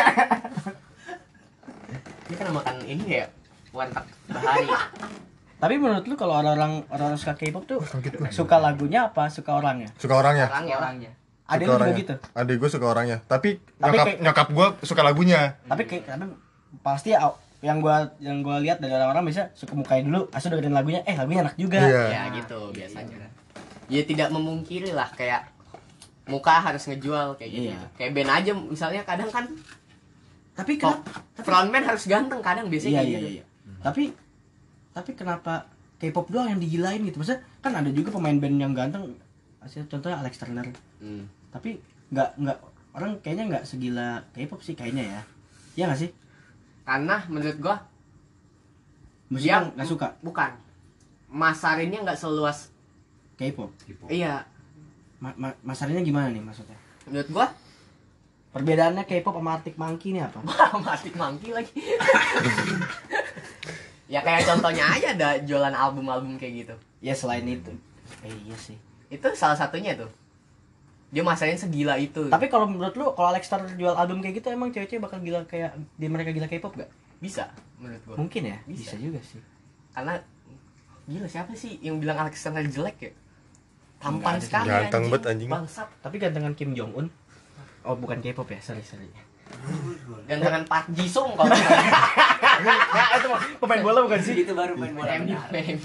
Ini kan makan ini ya, warteg bahari. Tapi menurut lu kalau orang suka K-pop tuh suka lagunya apa suka orangnya? Suka orangnya. Orangnya. Ada Suka lu juga orangnya. gitu. Adik gue suka orangnya. Tapi kayak- nyokap gue suka lagunya. Tapi pasti yang gua lihat dari orang-orang bisa suka mukanya dulu, asal dengerin lagunya, lagunya enak juga. Iya. Ya gitu biasanya. Ya tidak memungkiri lah kayak muka harus ngejual kayak gitu. Iya. Kayak band aja misalnya kadang kan Tapi kok frontman harus ganteng kadang biasanya Iya kayak iya gitu. iya. Tapi kenapa K-pop doang yang digilain gitu? Maksudnya kan ada juga pemain band yang ganteng. Contohnya Alex Turner. Tapi nggak orang kayaknya nggak segila K-pop sih kayaknya ya. Iya nggak sih? Karena menurut gua Musiknya Dia- nggak suka bukan masarinnya nggak seluas K-pop. iya. Masalahnya gimana nih maksudnya? Menurut gua Perbedaannya K-pop sama Arctic Monkey ini apa? Masih mangki lagi. Ya kayak contohnya aja ada jualan album-album kayak gitu. Ya selain itu. Iya sih. Itu salah satunya tuh. Dia masarin segila itu. Tapi kalau menurut lu kalau Alex Turner jual album kayak gitu emang cewek-cewek bakal gila kayak mereka gila K-pop gak? bisa menurut gua. Mungkin ya? Bisa. Bisa juga sih. Karena gila siapa sih yang bilang Alex Turner jelek ya? Tampan Nggak ada sekali. Ganteng banget anjing. Bangsat. Tapi gantengan Kim Jong Un. Oh bukan K-pop ya, sorry. Gantengan Park Ji Sung kalau Itu pemain bola bukan sih? Itu baru main bola. MU.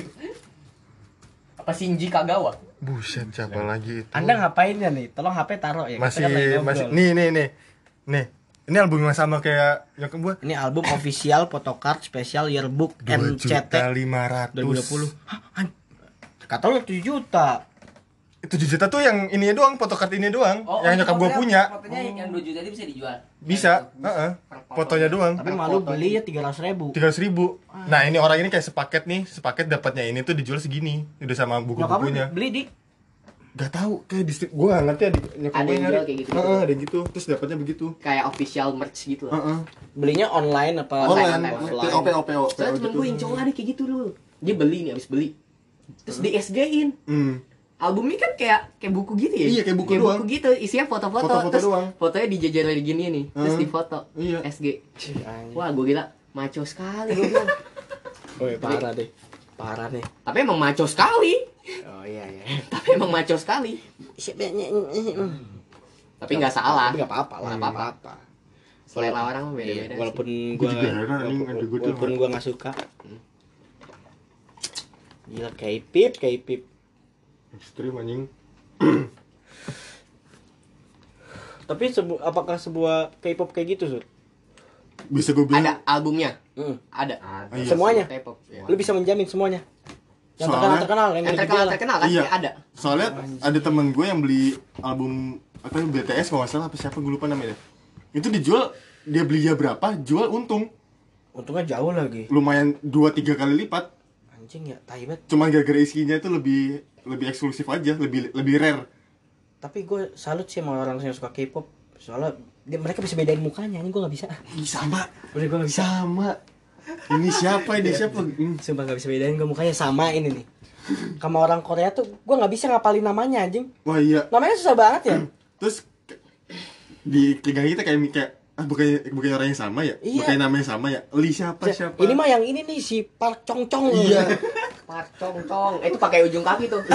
Apa Shinji Kagawa? Buset, siapa lagi itu? Anda ngapain ya nih? Tolong HP taruh ya. Kita kan lagi Masih ngobrol. nih. Ini album yang sama kayak nyokap gua. Ini album official photocard special yearbook NCT 2.500.000. 2020. Hah? Kata lu 7 juta. 7 juta tuh yang ini doang, photocard ini doang. yang nyokap gua punya. Fotonya yang 2 juta itu bisa dijual. Bisa, heeh. Fotonya doang. Tapi malu beli ya 300.000. 300.000. Nah, ini orang ini kayak sepaket dapatnya ini tuh dijual segini. Udah sama Nyokap lu buku-bukunya. beli di Gak tahu, kayak gua gak ngerti ya nyokap Ada gua yang nyari. jual kayak gitu. Heeh, ada gitu. Terus dapatnya begitu. Kayak official merch gitu lah. Heeh. belinya online apa Online. PO PO Soalnya temen gue yang cowok ada kayak gitu dulu. Dia beli nih abis beli. Terus di SG-in. Albumnya kan kayak buku gitu ya? Iya, kayak buku doang. gitu, isinya foto-foto. Foto-foto Terus doang. fotonya dijajarin gini nih. Terus difoto. Iya. SG. Wah, gue gila. Maco sekali gue bilang. Oh iya, parah deh. Tapi emang maco sekali. Oh iya. Tapi emang maco sekali. Tapi nggak salah. Tapi nggak apa-apa lah. Nggak apa-apa. Selera orang mah beda-beda. Iya, walaupun Gua gua juga heran, anjing, ada gua tuh. walaupun gua nggak suka. Gila K-pop. Ekstrim anjing. Tapi apakah sebuah K-pop kayak gitu, Sud? Bisa gue bilang Ada albumnya? Hmm. Ada. Iya, Semuanya. K-pop. Ya. Lu bisa menjamin semuanya. Yang Soalnya- terkenal, yang Yang gede terkenal lah. terkenal kan? Iya. Ya, ada. Soalnya ada temen gue yang beli album apa BTS kalau nggak salah apa siapa gue lupa namanya. Itu dijual, dia belinya berapa, jual untung Untungnya jauh lagi. lumayan 2-3 kali lipat. Anjing ya, tai banget. Cuman gara-gara isinya itu lebih eksklusif aja, lebih rare. Tapi gue salut sih sama orang yang suka K-pop. Soalnya mereka bisa bedain mukanya, ini gue nggak bisa. Ih, sama. Udah gue nggak bisa. Sama. Ini siapa? Ini siapa? Sumpah nggak bisa bedain, gue mukanya sama ini nih. Sama orang Korea tuh, gue nggak bisa ngapalin namanya anjing. Wah iya. Namanya susah banget ya. Terus di telinga kita kayak bukannya orang yang sama ya? Iya. Bukannya namanya sama ya? Li siapa? Ini mah yang ini nih si Park Chong Chong. Iya. Park Chong Chong. Itu pakai ujung kaki tuh.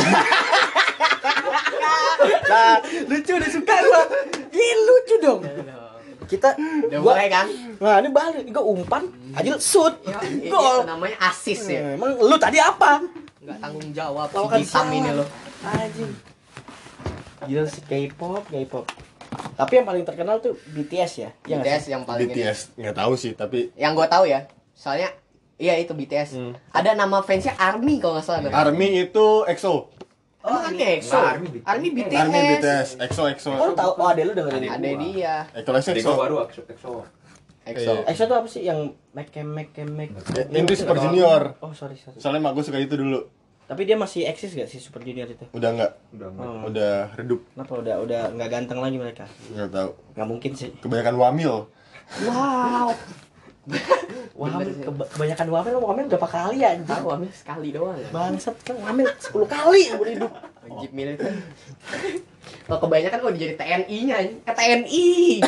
Nah, lucu udah suka gua. Ih, lucu dong. Kita Udah gua mulai kan? Nah, ini balik. Gua umpan, Adil shoot. Ya, itu Gol. namanya asis ya. Emang lu tadi apa? Enggak tanggung jawab si Lawakan hitam salah. ini lo. Anjing. Gila sih K-pop. Tapi yang paling terkenal tuh BTS ya. Iya nggak BTS sih? yang paling ini. BTS nggak tahu sih, tapi Yang gue tahu ya. Soalnya iya itu BTS. Ada nama fansnya ARMY kalau nggak salah. ARMY itu EXO. Emang ada EXO? Enggak, ARMY BTS. ARMY BTS. ARMY BTS, EXO. Oh, lu tahu? Oh, ada lu dengerin. Ada dia. EXO Jadi EXO. gua baru EXO. EXO. Iya. EXO tuh apa sih yang Make Itu Super Junior. Oh, sorry. Soalnya mak gue suka itu dulu. Tapi dia masih eksis gak sih Super Junior itu? Udah nggak, Udah enggak. Oh. udah redup. Kenapa udah nggak ganteng lagi mereka? Nggak tahu. Nggak mungkin sih. Kebanyakan wamil. Wow. Wamil kebanyakan wamil lo wamil berapa kali ya? Tahu ambil sekali doang ya. Bangsat kan wamil 10 kali umur hidup. Wajib militer. Kalau kebanyakan kok jadi TNI-nya, ke TNI.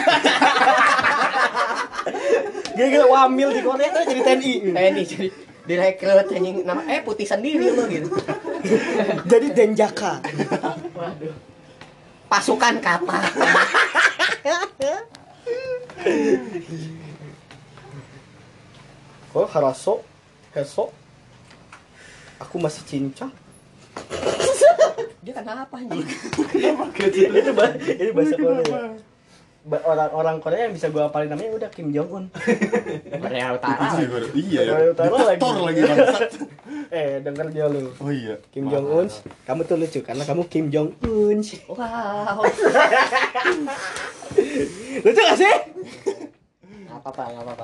Gara-gara wamil di Korea tuh jadi TNI. TNI jadi direkrut anjing nama putih sendiri lo gitu. Jadi Denjaka. Waduh. Pasukan kata. Kok Haraso? Heso? Aku masih cinta. Dia kenapa anjing? Itu bahasa Korea. Orang Korea yang bisa gua hafalin namanya udah Kim Jong Un. Korea Itu Utara. sih gue. Iya ya. Korea Utara Diktator lagi. lagi bangsat. Denger dia lu. Oh iya. Kim Jong Un, kamu tuh lucu karena kamu Kim Jong Un. Wow. Lucu gak sih? Enggak apa-apa.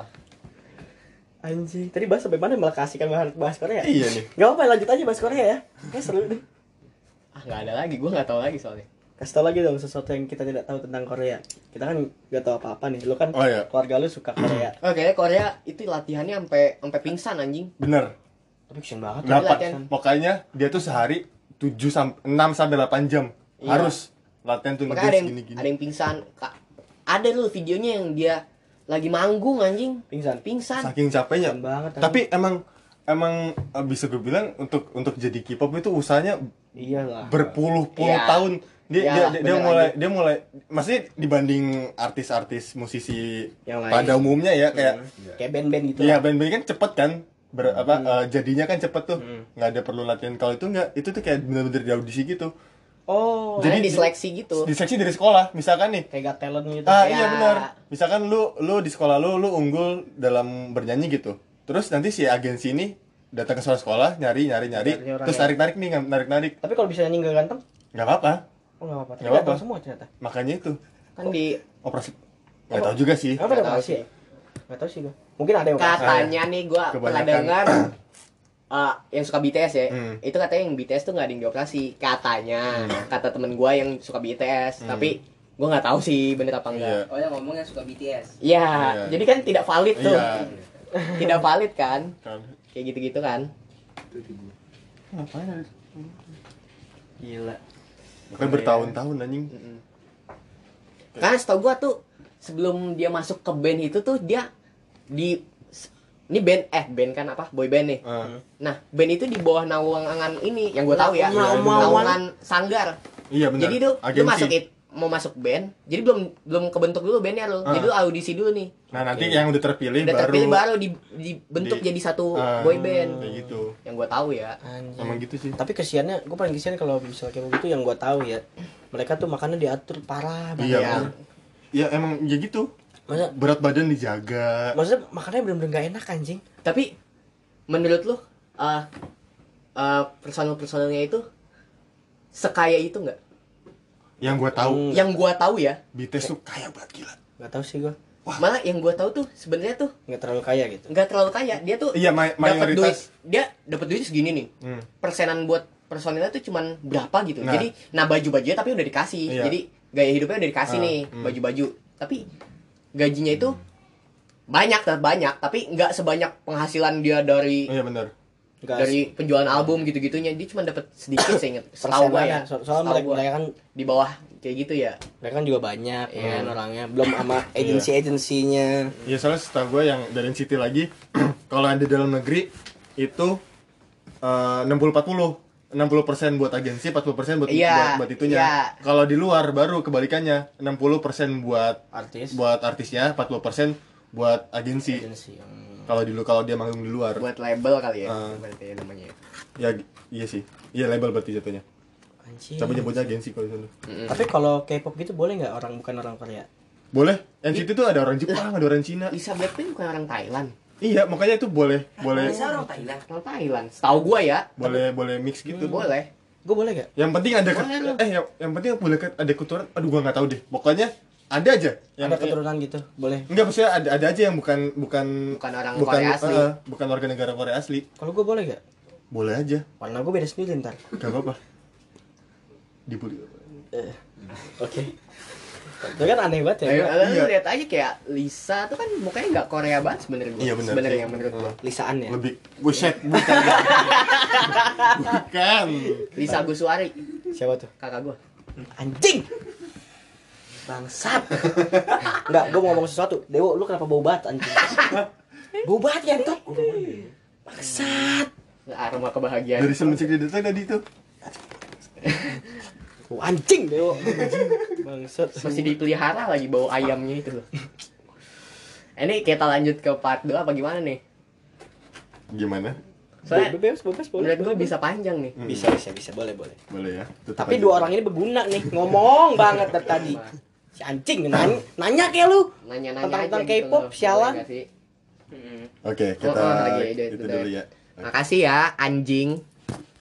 Anjing, tadi bahas sampai mana malah kasihkan bahas Korea? Iya nih. Gak apa-apa, lanjut aja bahas Korea ya. Seru nih. Ah, enggak ada lagi, gua enggak tahu lagi soalnya. Kasih tau lagi dong sesuatu yang kita tidak tahu tentang Korea. Kita kan gak tahu apa-apa nih. Lu kan Oh, iya. keluarga lu suka Korea. Kayaknya Korea itu latihannya sampai pingsan anjing. Bener. Tapi kesian banget. Nah, Dapat. latihan. Makanya dia tuh sehari 6 sampai 8 jam. Iya. Harus latihan tuh Makanya ada yang gini-gini. ada yang pingsan. Ada lu videonya yang dia lagi manggung anjing. Pingsan. Pingsan. Saking capeknya. Kesian banget. Tapi emang bisa gue bilang untuk jadi K-pop itu usahanya iyalah. berpuluh-puluh Iya. tahun. Dia Iyalah, dia bener mulai maksudnya dibanding artis-artis musisi Yang lain. pada umumnya ya kayak Kayak band-band gitu. iya lah. band-band kan cepet kan jadinya kan cepet tuh nggak ada perlu latihan. Kalau itu tuh kayak bener-bener di audisi gitu. Oh, Jadi Jadi diseleksi gitu. Diseleksi dari sekolah misalkan nih. kayak Got Talent gitu. Ah Ya. iya benar. Misalkan lu di sekolah lu unggul dalam bernyanyi gitu. Terus nanti si agensi ini datang ke sekolah nyari Nyari orang terus ya. narik narik Tapi kalau bisa nyanyi gak ganteng? nggak apa-apa. Oh enggak apa-apa. Tapi Nggak apa-apa. ganteng semua ternyata. Makanya itu Kan di operasi nggak tahu juga sih. Apa Nggak ada tahu operasi? Enggak tahu sih gua. Mungkin ada yang operasi. katanya nih gua pernah Kebanyakan. dengar yang suka BTS ya. Hmm. Itu katanya yang BTS tuh nggak ada yang dioperasi. Katanya. Kata temen gua yang suka BTS, tapi gua nggak tahu sih bener apa enggak. Iya. Oh yang ngomongnya suka BTS. Iya, Iya. jadi kan tidak valid tuh. Iya. Tidak valid kan? Kan. Kayak gitu-gitu kan. Ngapain ada? Gila. Kan bertahun-tahun anjing. Karena setahu gua tuh sebelum dia masuk ke band itu tuh dia di ini band kan apa? Boy band nih. Nah, band itu di bawah naungan ini yang gua tahu ya. Naungan Sanggar. Iya benar. Jadi tuh lu Agensi. masuk mau masuk band, jadi belum kebentuk dulu bandnya lo. Jadi lu audisi dulu nih. Nah, nanti yang udah terpilih Udah baru terpilih baru dibentuk jadi satu boy band. Kayak gitu. Yang gua tahu ya. Anjing. Emang gitu sih. Tapi kesiannya, gue paling kesian kalau misalnya kayak begitu yang gue tahu ya, mereka tuh makannya diatur parah banget. Iya, ya. bener. ya emang ya gitu. Masa Berat badan dijaga. maksudnya makannya bener-bener gak enak anjing. Tapi menurut lu personel-personelnya itu sekaya itu nggak? Yang gua tahu, Yang gua tahu ya, BTS tuh kaya banget gila. Gak tahu sih gua. malah yang gua tahu tuh sebenarnya tuh Nggak terlalu kaya gitu. nggak terlalu kaya. Dia tuh Iya, dapat duit, mayoritas. dia dapat duit segini nih. Hmm. Persenan buat personilnya tuh cuman berapa gitu. Nah. Jadi baju-bajunya tapi udah dikasih. Iya. Jadi gaya hidupnya udah dikasih Ah, nih, hmm. baju-baju. Tapi gajinya itu banyak, tetap banyak, tapi nggak sebanyak penghasilan dia dari Iya benar. dari penjualan album gitu-gitunya. Dia cuma dapat sedikit saya ingat. Setahu gua ya. Soalnya Setahu gua. mereka kan Di bawah kayak gitu ya. mereka kan juga banyak ya kan Hmm. orangnya. Belum sama Iya. agensi-agensinya. Ya soalnya setahu gue yang dari City lagi, kalau yang di dalam negeri itu 60-40. 60% buat agensi, 40% buat Iya, buat itunya. iya. Kalau di luar baru kebalikannya, 60% Artis. buat artisnya, 40% buat agensi. Agensi. Kalau dia manggung di luar. Buat label kali ya. Ah. Berarti namanya. Ya iya sih. Iya label berarti jatuhnya. Anjing. Tapi nyebutnya agensi kalau di sana. Tapi kalau K-pop gitu boleh nggak orang bukan orang Korea? Boleh. NCT tuh ada orang Jepang, ada orang Cina. Lisa Blackpink bukan orang Thailand. Iya, makanya itu boleh Bisa orang Thailand. Orang Thailand. Setahu gua ya. boleh mix gitu. Boleh. Gue boleh gak? Yang penting ada Boleh lu. yang penting boleh ada keturunan. Aduh gua nggak tahu deh. Pokoknya ada aja yang Ada keturunan gitu, boleh. Enggak, maksudnya ada aja yang bukan Bukan orang Korea asli. bukan warga negara Korea asli. Kalau gue boleh gak? Boleh aja. Warna gue beda sendiri ntar. Gak apa-apa. Dibully. Oke. Itu kan aneh banget ya. Ayo, gua. lu lihat aja kayak Lisa tuh kan mukanya nggak Korea banget sebenarnya gua. Iya, benar Sebenarnya sih. menurut gua. Lisaan ya. Lebih buset bukan. Bukan. Lisa Guswari, Siapa tuh? kakak gua. Anjing. Bangsat. Enggak, gue mau ngomong sesuatu. Dewo, lu kenapa bau banget anjing? Bau banget ya, Tok. Bangsat. Aroma kebahagiaan. Dari semenjak dia datang tadi tuh. Bau anjing, Dewo. Bangsat. Masih dipelihara lagi bau ayamnya itu loh. Ini kita lanjut ke part 2 apa gimana nih? Gimana? Soalnya Bebas, boleh. menurut gua bisa panjang nih. Bisa, boleh. Boleh ya. Tetap Tapi aja. dua orang ini berguna nih, ngomong banget dari tadi. Si anjing nanya kayak lu. Nanya-nanya Tentang aja gitu K-pop, loh. sialan. Boleh nggak sih? Oke, kita lagi, itu udah. dulu ya. Makasih ya anjing.